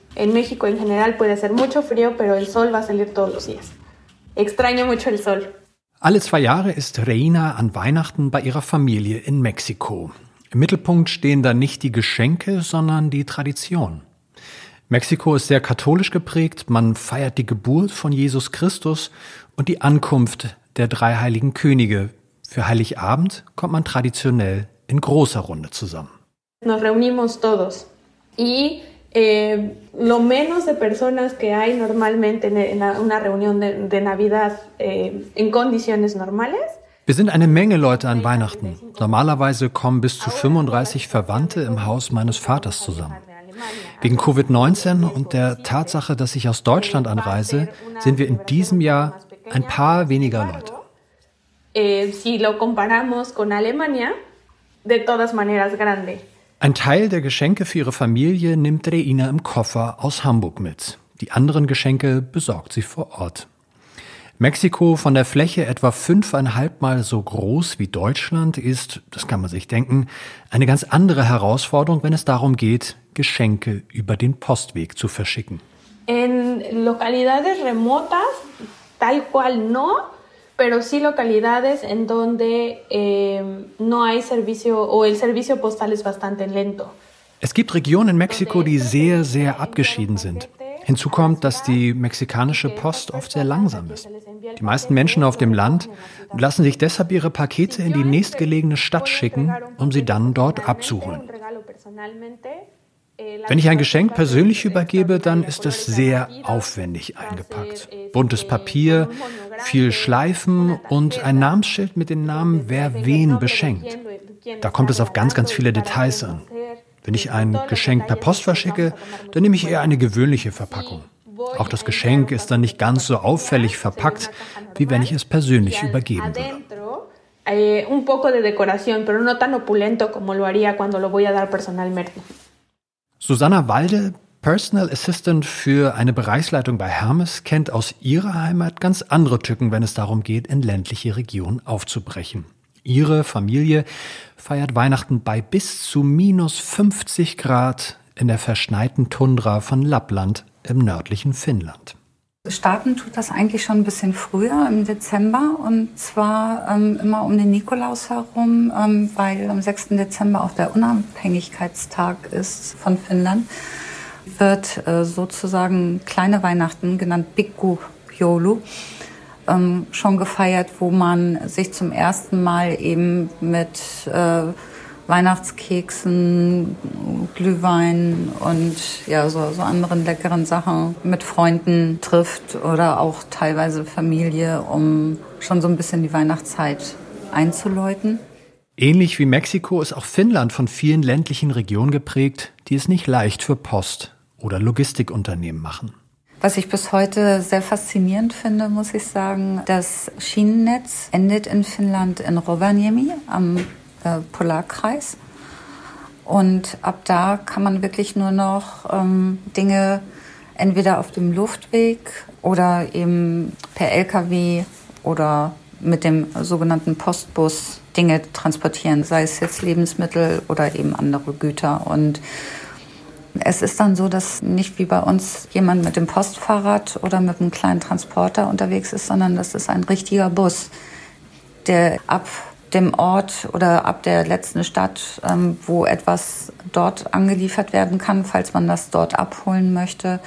En México en general puede ser mucho frío, pero el sol va a salir todos los días. Extraño mucho el sol. Alle 2 Jahre ist Reina an Weihnachten bei ihrer Familie in Mexiko. Im Mittelpunkt stehen da nicht die Geschenke, sondern die Tradition. Mexiko ist sehr katholisch geprägt, man feiert die Geburt von Jesus Christus und die Ankunft der 3 heiligen Könige. Für Heiligabend kommt man traditionell in großer Runde zusammen. Nos reunimos todos y lo menos de personas que hay normalmente en una reunión de Navidad en condiciones normales. Wir sind eine Menge Leute an Weihnachten. Normalerweise kommen bis zu 35 Verwandte im Haus meines Vaters zusammen. Wegen Covid-19 und der Tatsache, dass ich aus Deutschland anreise, sind wir in diesem Jahr ein paar weniger Leute. Si lo comparamos con Alemania, de todas maneras grande. Ein Teil der Geschenke für ihre Familie nimmt Reina im Koffer aus Hamburg mit. Die anderen Geschenke besorgt sie vor Ort. Mexiko, von der Fläche etwa 5,5 Mal so groß wie Deutschland, ist, das kann man sich denken, eine ganz andere Herausforderung, wenn es darum geht, Geschenke über den Postweg zu verschicken. En localidades remotas, tal cual no, pero sí localidades en donde no hay servicio o el servicio postal es bastante lento. Es gibt Regionen in Mexiko, die sehr, sehr abgeschieden sind. Hinzu kommt, dass die mexikanische Post oft sehr langsam ist. Die meisten Menschen auf dem Land lassen sich deshalb ihre Pakete in die nächstgelegene Stadt schicken, um sie dann dort abzuholen. Wenn ich ein Geschenk persönlich übergebe, dann ist es sehr aufwendig eingepackt. Buntes Papier, viel Schleifen und ein Namensschild mit den Namen, wer wen beschenkt. Da kommt es auf ganz, ganz viele Details an. Wenn ich ein Geschenk per Post verschicke, dann nehme ich eher eine gewöhnliche Verpackung. Auch das Geschenk ist dann nicht ganz so auffällig verpackt, wie wenn ich es persönlich übergeben würde. Un poco de decoración, pero no tan opulento como lo haría cuando lo voy a dar personalmente. Susanna Walde, Personal Assistant für eine Bereichsleitung bei Hermes, kennt aus ihrer Heimat ganz andere Tücken, wenn es darum geht, in ländliche Regionen aufzubrechen. Ihre Familie feiert Weihnachten bei bis zu -50 Grad in der verschneiten Tundra von Lappland im nördlichen Finnland. Starten tut das eigentlich schon ein bisschen früher, im Dezember, und zwar immer um den Nikolaus herum, weil am 6. Dezember auch der Unabhängigkeitstag ist von Finnland, wird sozusagen kleine Weihnachten, genannt Pikku Joulu, schon gefeiert, wo man sich zum ersten Mal eben mit Weihnachtskeksen, Glühwein und ja, so anderen leckeren Sachen mit Freunden trifft oder auch teilweise Familie, um schon so ein bisschen die Weihnachtszeit einzuläuten. Ähnlich wie Mexiko ist auch Finnland von vielen ländlichen Regionen geprägt, die es nicht leicht für Post- oder Logistikunternehmen machen. Was ich bis heute sehr faszinierend finde, muss ich sagen, das Schienennetz endet in Finnland in Rovaniemi am Polarkreis. Und ab da kann man wirklich nur noch Dinge entweder auf dem Luftweg oder eben per LKW oder mit dem sogenannten Postbus Dinge transportieren, sei es jetzt Lebensmittel oder eben andere Güter. Und es ist dann so, dass nicht wie bei uns jemand mit dem Postfahrrad oder mit einem kleinen Transporter unterwegs ist, sondern das ist ein richtiger Bus, der ab dem Ort oder ab der letzten Stadt, wo etwas dort angeliefert werden kann, falls man das dort abholen möchte,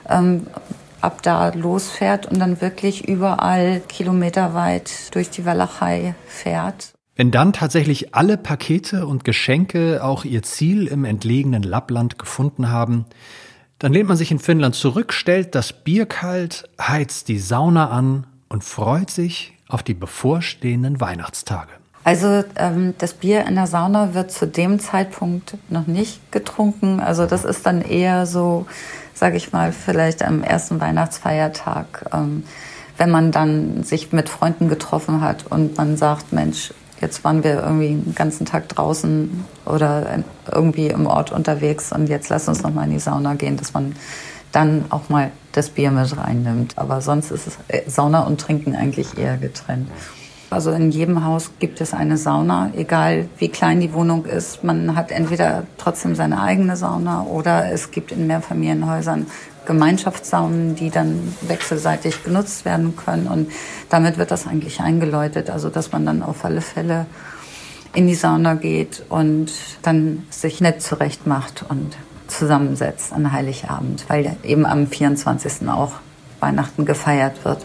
ab da losfährt und dann wirklich überall kilometerweit durch die Walachei fährt. Wenn dann tatsächlich alle Pakete und Geschenke auch ihr Ziel im entlegenen Lappland gefunden haben, dann lehnt man sich in Finnland zurück, stellt das Bier kalt, heizt die Sauna an und freut sich auf die bevorstehenden Weihnachtstage. Also das Bier in der Sauna wird zu dem Zeitpunkt noch nicht getrunken. Also das ist dann eher so, sage ich mal, vielleicht am ersten Weihnachtsfeiertag, wenn man dann sich mit Freunden getroffen hat und man sagt, Mensch, jetzt waren wir irgendwie den ganzen Tag draußen oder irgendwie im Ort unterwegs und jetzt lass uns noch mal in die Sauna gehen, dass man dann auch mal das Bier mit reinnimmt. Aber sonst ist es Sauna und Trinken eigentlich eher getrennt. Also in jedem Haus gibt es eine Sauna, egal wie klein die Wohnung ist. Man hat entweder trotzdem seine eigene Sauna oder es gibt in Mehrfamilienhäusern Gemeinschaftssaunen, die dann wechselseitig genutzt werden können. Und damit wird das eigentlich eingeläutet, also dass man dann auf alle Fälle in die Sauna geht und dann sich nett zurecht macht und zusammensetzt an Heiligabend, weil eben am 24. auch Weihnachten gefeiert wird.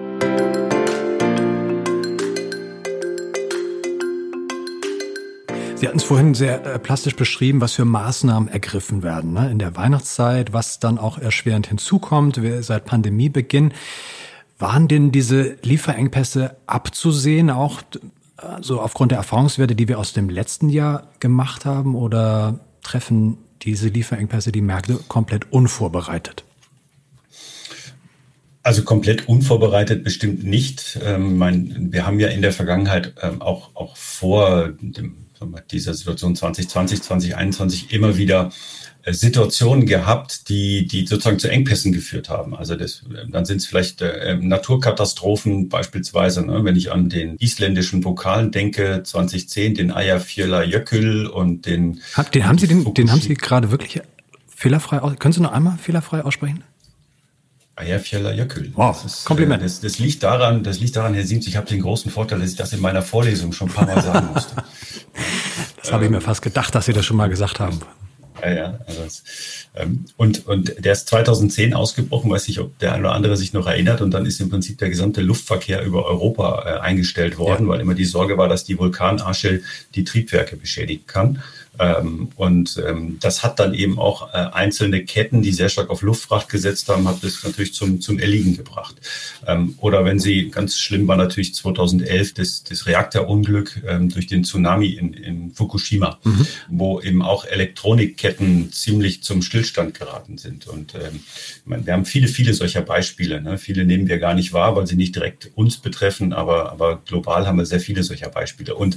Sie hatten es vorhin sehr plastisch beschrieben, was für Maßnahmen ergriffen werden, ne, in der Weihnachtszeit, was dann auch erschwerend hinzukommt, seit Pandemiebeginn. Waren denn diese Lieferengpässe abzusehen, auch so aufgrund der Erfahrungswerte, die wir aus dem letzten Jahr gemacht haben, oder treffen diese Lieferengpässe die Märkte komplett unvorbereitet? Also komplett unvorbereitet bestimmt nicht. Wir haben ja in der Vergangenheit auch vor dieser Situation 2020, 2021 immer wieder Situationen gehabt, die sozusagen zu Engpässen geführt haben. Also dann sind es vielleicht Naturkatastrophen beispielsweise, ne? Wenn ich an den isländischen Vulkan denke, 2010, den Eyjafjallajökull und den haben Sie gerade wirklich fehlerfrei, können Sie noch einmal fehlerfrei aussprechen? Eyjafjallajökull. Wow, Kompliment. Das liegt daran, Herr Siemens, ich habe den großen Vorteil, dass ich das in meiner Vorlesung schon ein paar Mal sagen musste. Das habe ich mir fast gedacht, dass Sie das schon mal gesagt haben. Ja. Und der ist 2010 ausgebrochen, weiß nicht, ob der eine oder andere sich noch erinnert. Und dann ist im Prinzip der gesamte Luftverkehr über Europa eingestellt worden, weil immer die Sorge war, dass die Vulkanasche die Triebwerke beschädigen kann. Das hat dann eben auch einzelne Ketten, die sehr stark auf Luftfracht gesetzt haben, hat das natürlich zum Erliegen gebracht. Oder wenn Sie, ganz schlimm war natürlich 2011 das Reaktorunglück durch den Tsunami in Fukushima, wo eben auch Elektronikketten ziemlich zum Stillstand geraten sind. Und wir haben viele solcher Beispiele. Ne? Viele nehmen wir gar nicht wahr, weil sie nicht direkt uns betreffen, aber global haben wir sehr viele solcher Beispiele. Und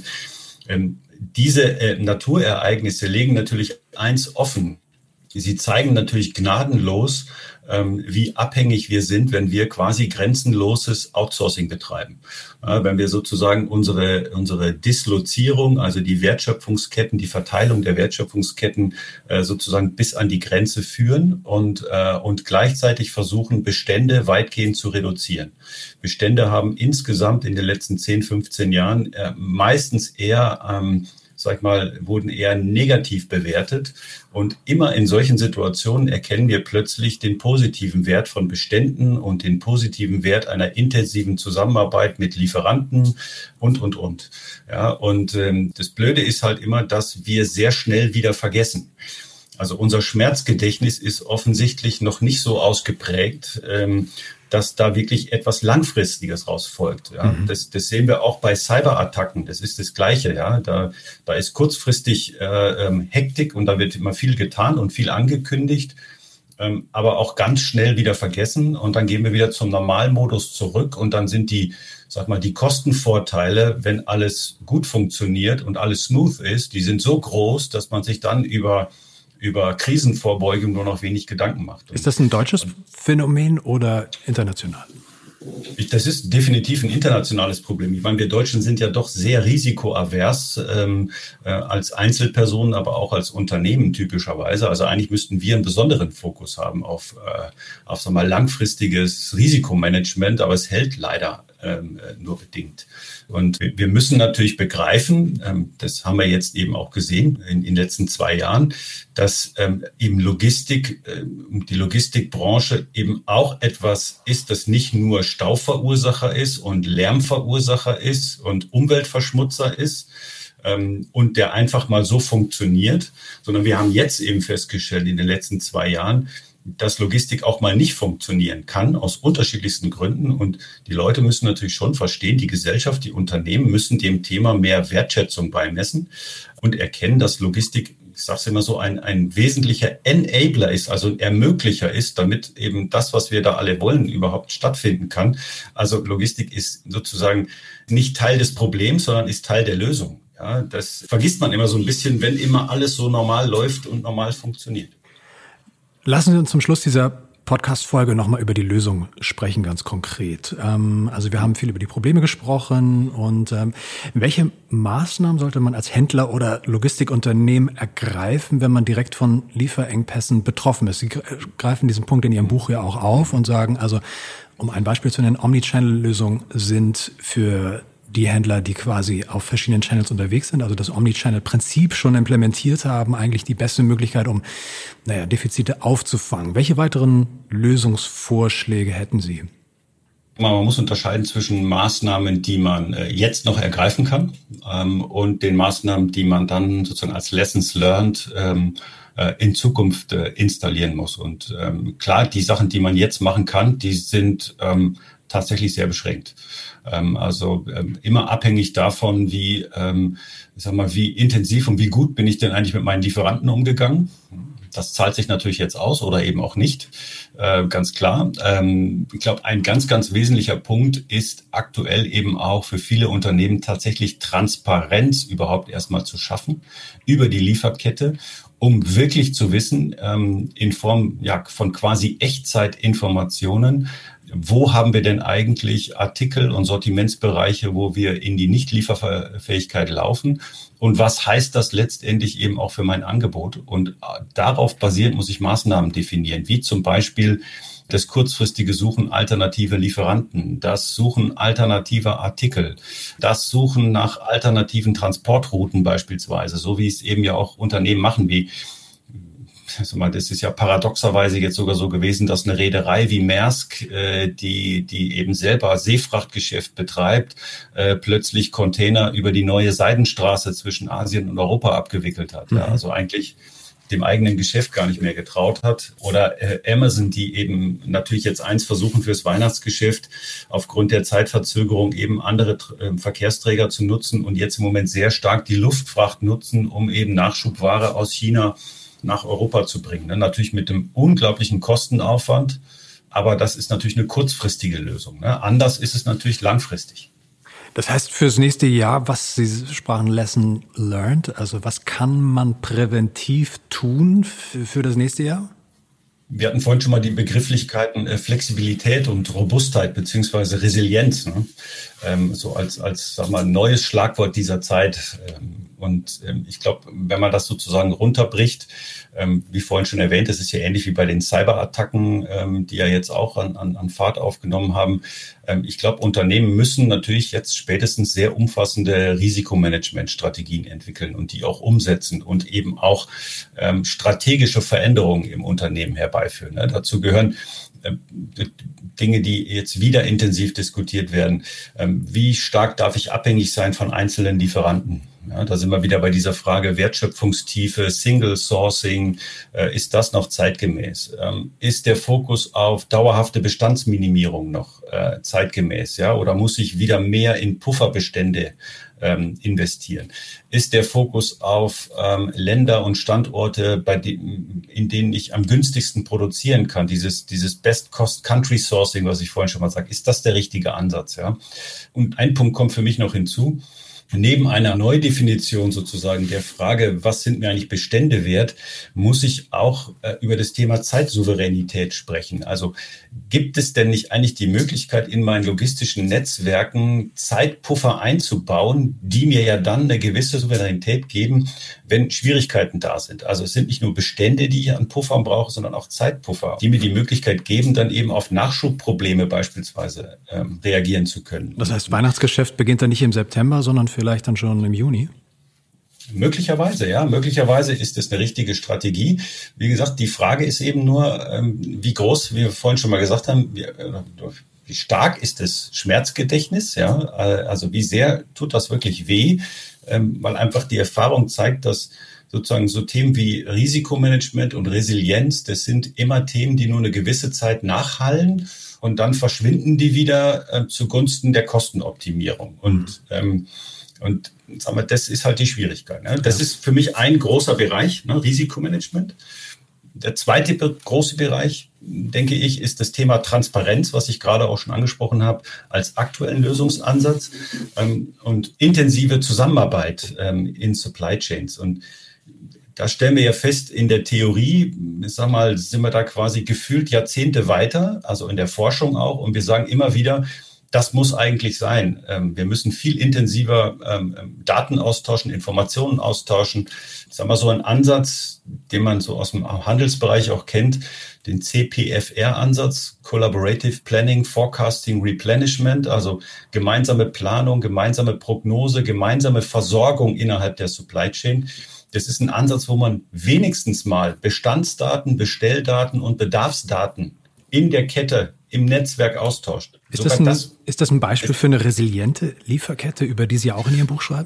diese Naturereignisse legen natürlich eins offen. Sie zeigen natürlich gnadenlos, wie abhängig wir sind, wenn wir quasi grenzenloses Outsourcing betreiben. Wenn wir sozusagen unsere Dislozierung, also die Wertschöpfungsketten, die Verteilung der Wertschöpfungsketten sozusagen bis an die Grenze führen und gleichzeitig versuchen, Bestände weitgehend zu reduzieren. Bestände haben insgesamt in den letzten 10, 15 Jahren meistens eher wurden eher negativ bewertet. Und immer in solchen Situationen erkennen wir plötzlich den positiven Wert von Beständen und den positiven Wert einer intensiven Zusammenarbeit mit Lieferanten und. Ja, und das Blöde ist halt immer, dass wir sehr schnell wieder vergessen. Also unser Schmerzgedächtnis ist offensichtlich noch nicht so ausgeprägt, dass da wirklich etwas Langfristiges rausfolgt. Ja. Das sehen wir auch bei Cyberattacken. Das ist das Gleiche. Ja. Da ist kurzfristig Hektik und da wird immer viel getan und viel angekündigt, aber auch ganz schnell wieder vergessen. Und dann gehen wir wieder zum Normalmodus zurück und dann sind die Kostenvorteile, wenn alles gut funktioniert und alles smooth ist, die sind so groß, dass man sich dann über Krisenvorbeugung nur noch wenig Gedanken macht. Ist das ein deutsches Phänomen oder international? Das ist definitiv ein internationales Problem. Ich meine, wir Deutschen sind ja doch sehr risikoavers als Einzelpersonen, aber auch als Unternehmen typischerweise. Also eigentlich müssten wir einen besonderen Fokus haben auf langfristiges Risikomanagement, aber es hält leider nur bedingt. Und wir müssen natürlich begreifen, das haben wir jetzt eben auch gesehen in den letzten 2 Jahren, dass eben die Logistikbranche eben auch etwas ist, das nicht nur Stauverursacher ist und Lärmverursacher ist und Umweltverschmutzer ist, und der einfach mal so funktioniert, sondern wir haben jetzt eben festgestellt in den letzten 2 Jahren, dass Logistik auch mal nicht funktionieren kann, aus unterschiedlichsten Gründen. Und die Leute müssen natürlich schon verstehen, die Gesellschaft, die Unternehmen müssen dem Thema mehr Wertschätzung beimessen und erkennen, dass Logistik, ich sage es immer so, ein wesentlicher Enabler ist, also ein Ermöglicher ist, damit eben das, was wir da alle wollen, überhaupt stattfinden kann. Also Logistik ist sozusagen nicht Teil des Problems, sondern ist Teil der Lösung. Ja, das vergisst man immer so ein bisschen, wenn immer alles so normal läuft und normal funktioniert. Lassen Sie uns zum Schluss dieser Podcast-Folge nochmal über die Lösung sprechen, ganz konkret. Also wir haben viel über die Probleme gesprochen und welche Maßnahmen sollte man als Händler oder Logistikunternehmen ergreifen, wenn man direkt von Lieferengpässen betroffen ist? Sie greifen diesen Punkt in Ihrem Buch ja auch auf und sagen, also um ein Beispiel zu nennen, Omnichannel-Lösungen sind für die Händler, die quasi auf verschiedenen Channels unterwegs sind, also das Omnichannel-Prinzip schon implementiert haben, eigentlich die beste Möglichkeit, um Defizite aufzufangen. Welche weiteren Lösungsvorschläge hätten Sie? Man muss unterscheiden zwischen Maßnahmen, die man jetzt noch ergreifen kann, und den Maßnahmen, die man dann sozusagen als Lessons learned in Zukunft installieren muss. Und klar, die Sachen, die man jetzt machen kann, die sind tatsächlich sehr beschränkt. Also immer abhängig davon, wie intensiv und wie gut bin ich denn eigentlich mit meinen Lieferanten umgegangen. Das zahlt sich natürlich jetzt aus oder eben auch nicht, ganz klar. Ich glaube, ein ganz, ganz wesentlicher Punkt ist aktuell eben auch für viele Unternehmen tatsächlich Transparenz überhaupt erstmal zu schaffen über die Lieferkette, um wirklich zu wissen, in Form von quasi Echtzeitinformationen, wo haben wir denn eigentlich Artikel und Sortimentsbereiche, wo wir in die Nicht-Lieferfähigkeit laufen? Und was heißt das letztendlich eben auch für mein Angebot? Und darauf basierend muss ich Maßnahmen definieren, wie zum Beispiel das kurzfristige Suchen alternativer Lieferanten, das Suchen alternativer Artikel, das Suchen nach alternativen Transportrouten beispielsweise, so wie es eben ja auch Unternehmen machen, wie das ist ja paradoxerweise jetzt sogar so gewesen, dass eine Reederei wie Maersk, die eben selber Seefrachtgeschäft betreibt, plötzlich Container über die neue Seidenstraße zwischen Asien und Europa abgewickelt hat. Ja, also eigentlich dem eigenen Geschäft gar nicht mehr getraut hat. Oder Amazon, die eben natürlich jetzt eins versuchen fürs Weihnachtsgeschäft, aufgrund der Zeitverzögerung eben andere Verkehrsträger zu nutzen und jetzt im Moment sehr stark die Luftfracht nutzen, um eben Nachschubware aus China nach Europa zu bringen. Natürlich mit einem unglaublichen Kostenaufwand, aber das ist natürlich eine kurzfristige Lösung. Anders ist es natürlich langfristig. Das heißt fürs nächste Jahr, was Sie sprachen, Lesson learned, also was kann man präventiv tun für das nächste Jahr? Wir hatten vorhin schon mal die Begrifflichkeiten Flexibilität und Robustheit beziehungsweise Resilienz, so als sag mal, neues Schlagwort dieser Zeit. Und ich glaube, wenn man das sozusagen runterbricht, wie vorhin schon erwähnt, das ist ja ähnlich wie bei den Cyberattacken, die ja jetzt auch an Fahrt aufgenommen haben. Ich glaube, Unternehmen müssen natürlich jetzt spätestens sehr umfassende Risikomanagementstrategien entwickeln und die auch umsetzen und eben auch strategische Veränderungen im Unternehmen herbeiführen. Dazu gehören Dinge, die jetzt wieder intensiv diskutiert werden. Wie stark darf ich abhängig sein von einzelnen Lieferanten? Ja, da sind wir wieder bei dieser Frage Wertschöpfungstiefe, Single Sourcing. Ist das noch zeitgemäß? Ist der Fokus auf dauerhafte Bestandsminimierung noch zeitgemäß? Ja, oder muss ich wieder mehr in Pufferbestände investieren? Ist der Fokus auf Länder und Standorte, in denen ich am günstigsten produzieren kann? Dieses Best-Cost-Country-Sourcing, was ich vorhin schon mal sage, ist das der richtige Ansatz? Ja? Und ein Punkt kommt für mich noch hinzu. Neben einer Neudefinition sozusagen der Frage, was sind mir eigentlich Bestände wert, muss ich auch über das Thema Zeitsouveränität sprechen. Also gibt es denn nicht eigentlich die Möglichkeit, in meinen logistischen Netzwerken Zeitpuffer einzubauen, die mir ja dann eine gewisse Souveränität geben, wenn Schwierigkeiten da sind? Also es sind nicht nur Bestände, die ich an Puffern brauche, sondern auch Zeitpuffer, die mir die Möglichkeit geben, dann eben auf Nachschubprobleme beispielsweise reagieren zu können. Das heißt, Weihnachtsgeschäft beginnt dann nicht im September, sondern vielleicht dann schon im Juni? Möglicherweise, ja. Möglicherweise ist es eine richtige Strategie. Wie gesagt, die Frage ist eben nur, wie groß, wie wir vorhin schon mal gesagt haben, wie stark ist das Schmerzgedächtnis, ja? Also wie sehr tut das wirklich weh? Weil einfach die Erfahrung zeigt, dass sozusagen so Themen wie Risikomanagement und Resilienz, das sind immer Themen, die nur eine gewisse Zeit nachhallen und dann verschwinden die wieder zugunsten der Kostenoptimierung. Und sagen wir, das ist halt die Schwierigkeit. Ne? Das ist für mich ein großer Bereich, ne? Risikomanagement. Der zweite große Bereich, denke ich, ist das Thema Transparenz, was ich gerade auch schon angesprochen habe, als aktuellen Lösungsansatz und intensive Zusammenarbeit in Supply Chains. Und da stellen wir ja fest, in der Theorie, ich sag mal, sind wir da quasi gefühlt Jahrzehnte weiter, also in der Forschung auch. Und wir sagen immer wieder, das muss eigentlich sein. Wir müssen viel intensiver Daten austauschen, Informationen austauschen. Ich sag mal, so ein Ansatz, den man so aus dem Handelsbereich auch kennt, den CPFR-Ansatz, Collaborative Planning, Forecasting, Replenishment, also gemeinsame Planung, gemeinsame Prognose, gemeinsame Versorgung innerhalb der Supply Chain. Das ist ein Ansatz, wo man wenigstens mal Bestandsdaten, Bestelldaten und Bedarfsdaten in der Kette, im Netzwerk austauscht. Ist das ein Beispiel für eine resiliente Lieferkette, über die Sie auch in Ihrem Buch schreiben?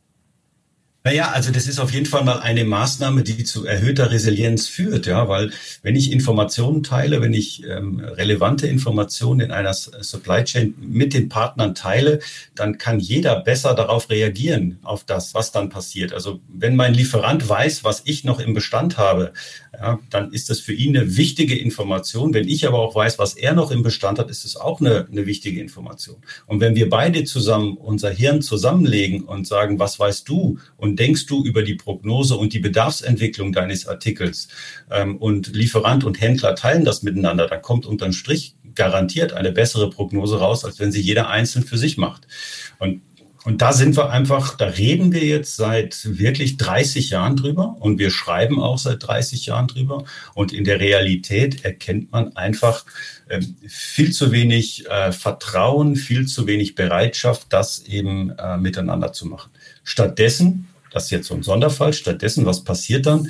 Naja, also das ist auf jeden Fall mal eine Maßnahme, die zu erhöhter Resilienz führt, ja, weil wenn ich Informationen teile, wenn ich relevante Informationen in einer Supply Chain mit den Partnern teile, dann kann jeder besser darauf reagieren, auf das, was dann passiert. Also wenn mein Lieferant weiß, was ich noch im Bestand habe, ja, dann ist das für ihn eine wichtige Information. Wenn ich aber auch weiß, was er noch im Bestand hat, ist es auch eine wichtige Information. Und wenn wir beide zusammen unser Hirn zusammenlegen und sagen, was weißt du und denkst du über die Prognose und die Bedarfsentwicklung deines Artikels und Lieferant und Händler teilen das miteinander, dann kommt unterm Strich garantiert eine bessere Prognose raus, als wenn sie jeder einzeln für sich macht. Und da sind wir einfach, da reden wir jetzt seit wirklich 30 Jahren drüber und wir schreiben auch seit 30 Jahren drüber. Und in der Realität erkennt man einfach viel zu wenig Vertrauen, viel zu wenig Bereitschaft, das eben miteinander zu machen. Stattdessen, das ist jetzt so ein Sonderfall, was passiert dann?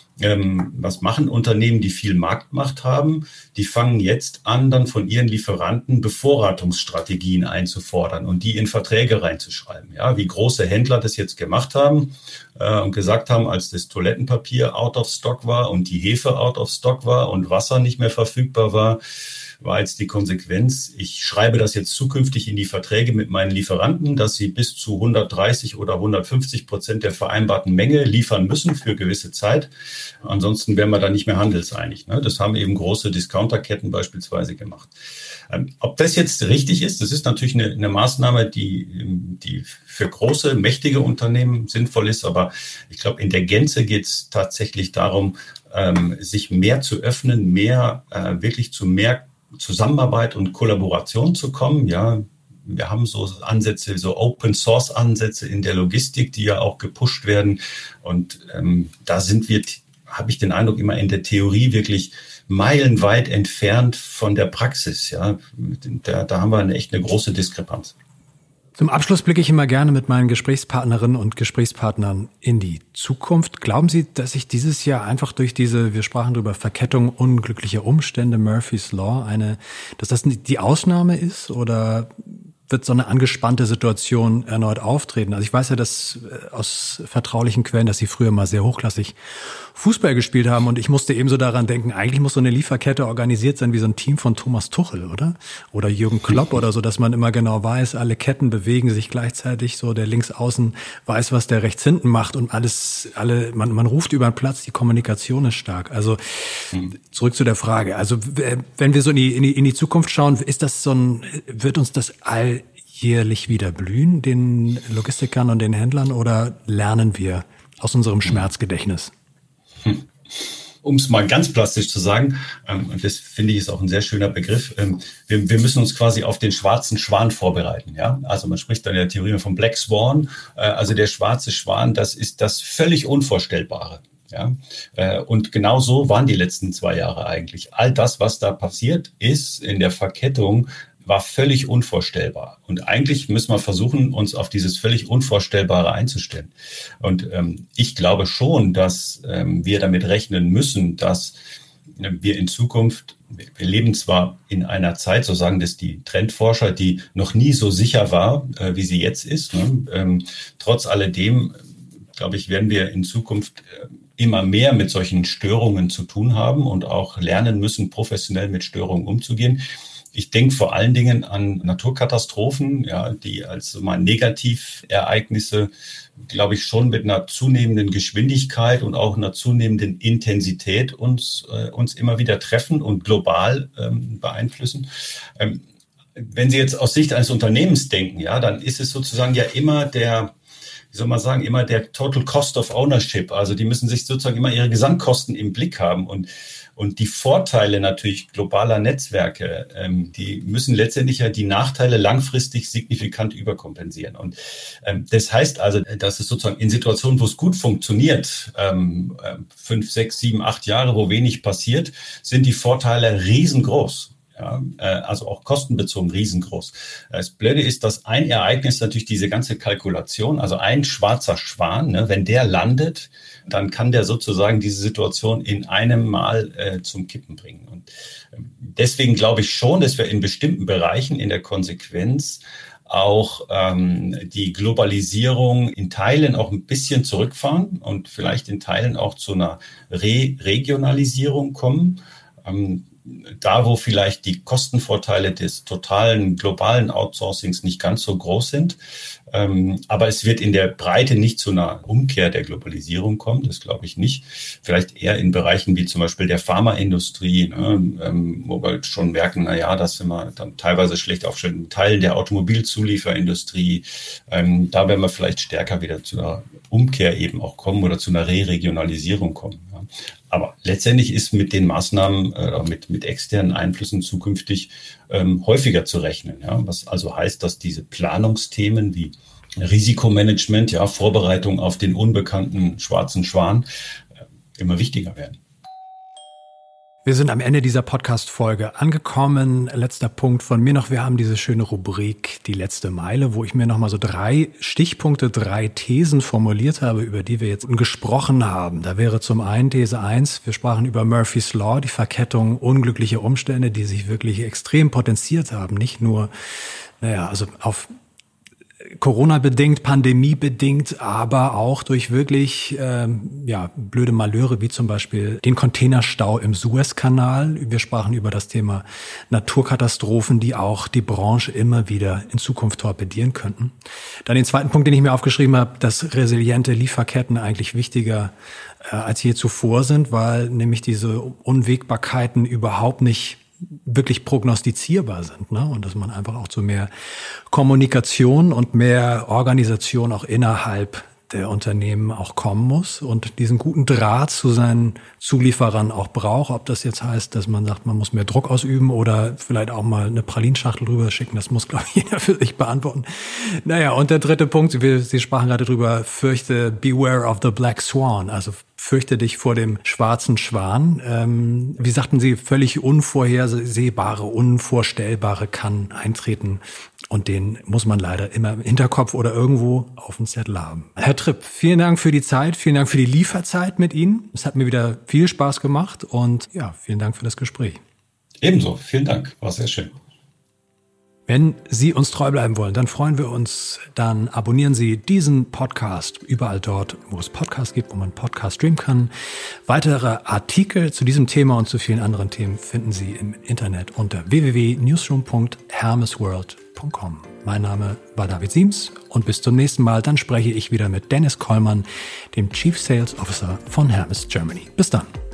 Was machen Unternehmen, die viel Marktmacht haben? Die fangen jetzt an, dann von ihren Lieferanten Bevorratungsstrategien einzufordern und die in Verträge reinzuschreiben. Ja, wie große Händler das jetzt gemacht haben und gesagt haben, als das Toilettenpapier out of stock war und die Hefe out of stock war und Wasser nicht mehr verfügbar war jetzt die Konsequenz, ich schreibe das jetzt zukünftig in die Verträge mit meinen Lieferanten, dass sie bis zu 130 oder 150% der vereinbarten Menge liefern müssen für gewisse Zeit. Ansonsten wären wir da nicht mehr handelseinig. Ne? Das haben eben große Discounterketten beispielsweise gemacht. Ob das jetzt richtig ist, das ist natürlich eine Maßnahme, die für große, mächtige Unternehmen sinnvoll ist. Aber ich glaube, in der Gänze geht es tatsächlich darum, sich mehr zu öffnen, wirklich zu mehr Zusammenarbeit und Kollaboration zu kommen. Ja, wir haben so Ansätze, so Open-Source-Ansätze in der Logistik, die ja auch gepusht werden. Und da sind wir, habe ich den Eindruck, immer in der Theorie wirklich meilenweit entfernt von der Praxis. Ja, da haben wir eine große Diskrepanz. Zum Abschluss blicke ich immer gerne mit meinen Gesprächspartnerinnen und Gesprächspartnern in die Zukunft. Glauben Sie, dass sich dieses Jahr einfach durch wir sprachen darüber, Verkettung unglücklicher Umstände, Murphy's Law, dass das die Ausnahme ist oder wird so eine angespannte Situation erneut auftreten? Also ich weiß ja, dass aus vertraulichen Quellen, dass Sie früher mal sehr hochklassig Fußball gespielt haben und ich musste ebenso daran denken, eigentlich muss so eine Lieferkette organisiert sein wie so ein Team von Thomas Tuchel, oder? Oder Jürgen Klopp oder so, dass man immer genau weiß, alle Ketten bewegen sich gleichzeitig, so der links außen weiß, was der rechts hinten macht und man ruft über den Platz, die Kommunikation ist stark. Also zurück zu der Frage. Also wenn wir so in die Zukunft schauen, wird uns das alljährlich wieder blühen, den Logistikern und den Händlern, oder lernen wir aus unserem Schmerzgedächtnis? Um es mal ganz plastisch zu sagen, und das finde ich ist auch ein sehr schöner Begriff, wir müssen uns quasi auf den schwarzen Schwan vorbereiten. Ja? Also man spricht dann in der Theorie vom Black Swan, also der schwarze Schwan, das ist das völlig Unvorstellbare. Ja? Und genau so waren die letzten 2 Jahre eigentlich. All das, was da passiert ist in der Verkettung, war völlig unvorstellbar. Und eigentlich müssen wir versuchen, uns auf dieses völlig Unvorstellbare einzustellen. Und ich glaube schon, dass wir damit rechnen müssen, dass wir in Zukunft, wir leben zwar in einer Zeit, so sagen das die Trendforscher, die noch nie so sicher war, wie sie jetzt ist. Ne? Trotz alledem, glaube ich, werden wir in Zukunft immer mehr mit solchen Störungen zu tun haben und auch lernen müssen, professionell mit Störungen umzugehen. Ich denke vor allen Dingen an Naturkatastrophen, ja, die als mal Negativereignisse, glaube ich, schon mit einer zunehmenden Geschwindigkeit und auch einer zunehmenden Intensität uns immer wieder treffen und global beeinflussen. Wenn Sie jetzt aus Sicht eines Unternehmens denken, ja, dann ist es sozusagen ja immer wie soll man sagen, immer der Total Cost of Ownership. Also die müssen sich sozusagen immer ihre Gesamtkosten im Blick haben und die Vorteile natürlich globaler Netzwerke, die müssen letztendlich ja die Nachteile langfristig signifikant überkompensieren. Und das heißt also, dass es sozusagen in Situationen, wo es gut funktioniert, 5, 6, 7, 8 Jahre, wo wenig passiert, sind die Vorteile riesengroß. Ja, also auch kostenbezogen riesengroß. Das Blöde ist, dass ein Ereignis natürlich diese ganze Kalkulation, also ein schwarzer Schwan, ne, wenn der landet, dann kann der sozusagen diese Situation in einem Mal zum Kippen bringen. Und deswegen glaube ich schon, dass wir in bestimmten Bereichen in der Konsequenz auch die Globalisierung in Teilen auch ein bisschen zurückfahren und vielleicht in Teilen auch zu einer Regionalisierung kommen. Da, wo vielleicht die Kostenvorteile des totalen globalen Outsourcings nicht ganz so groß sind. Aber es wird in der Breite nicht zu einer Umkehr der Globalisierung kommen, das glaube ich nicht. Vielleicht eher in Bereichen wie zum Beispiel der Pharmaindustrie, ne, wo wir schon merken, dass sind wir dann teilweise schlecht aufgestellt. In Teilen der Automobilzulieferindustrie, da werden wir vielleicht stärker wieder zu einer Umkehr eben auch kommen oder zu einer Re-Regionalisierung kommen. Ja. Aber letztendlich ist mit den Maßnahmen, mit externen Einflüssen zukünftig häufiger zu rechnen. Ja? Was also heißt, dass diese Planungsthemen wie Risikomanagement, ja, Vorbereitung auf den unbekannten schwarzen Schwan immer wichtiger werden. Wir sind am Ende dieser Podcast-Folge angekommen. Letzter Punkt von mir noch. Wir haben diese schöne Rubrik Die letzte Meile, wo ich mir nochmal so 3 Stichpunkte, 3 Thesen formuliert habe, über die wir jetzt gesprochen haben. Da wäre zum einen These 1, wir sprachen über Murphy's Law, die Verkettung unglücklicher Umstände, die sich wirklich extrem potenziert haben. Nicht nur, also auf Corona-bedingt, Pandemie-bedingt, aber auch durch wirklich blöde Malheure, wie zum Beispiel den Containerstau im Suezkanal. Wir sprachen über das Thema Naturkatastrophen, die auch die Branche immer wieder in Zukunft torpedieren könnten. Dann den zweiten Punkt, den ich mir aufgeschrieben habe, dass resiliente Lieferketten eigentlich wichtiger als je zuvor sind, weil nämlich diese Unwägbarkeiten überhaupt nicht wirklich prognostizierbar sind, ne? Und dass man einfach auch zu mehr Kommunikation und mehr Organisation auch innerhalb der Unternehmen auch kommen muss und diesen guten Draht zu seinen Zulieferern auch braucht. Ob das jetzt heißt, dass man sagt, man muss mehr Druck ausüben oder vielleicht auch mal eine Pralinschachtel drüber schicken, das muss, glaube ich, jeder für sich beantworten. Und der dritte Punkt, Sie sprachen gerade drüber, fürchte, beware of the black swan, also fürchte dich vor dem schwarzen Schwan. Wie sagten Sie, völlig unvorhersehbare, unvorstellbare kann eintreten. Und den muss man leider immer im Hinterkopf oder irgendwo auf dem Zettel haben. Herr Tripp, vielen Dank für die Zeit, vielen Dank für die Lieferzeit mit Ihnen. Es hat mir wieder viel Spaß gemacht und vielen Dank für das Gespräch. Ebenso, vielen Dank, war sehr schön. Wenn Sie uns treu bleiben wollen, dann freuen wir uns, dann abonnieren Sie diesen Podcast überall dort, wo es Podcasts gibt, wo man Podcast streamen kann. Weitere Artikel zu diesem Thema und zu vielen anderen Themen finden Sie im Internet unter www.newsroom.hermesworld.com. Mein Name war David Siems und bis zum nächsten Mal. Dann spreche ich wieder mit Dennis Kollmann, dem Chief Sales Officer von Hermes Germany. Bis dann.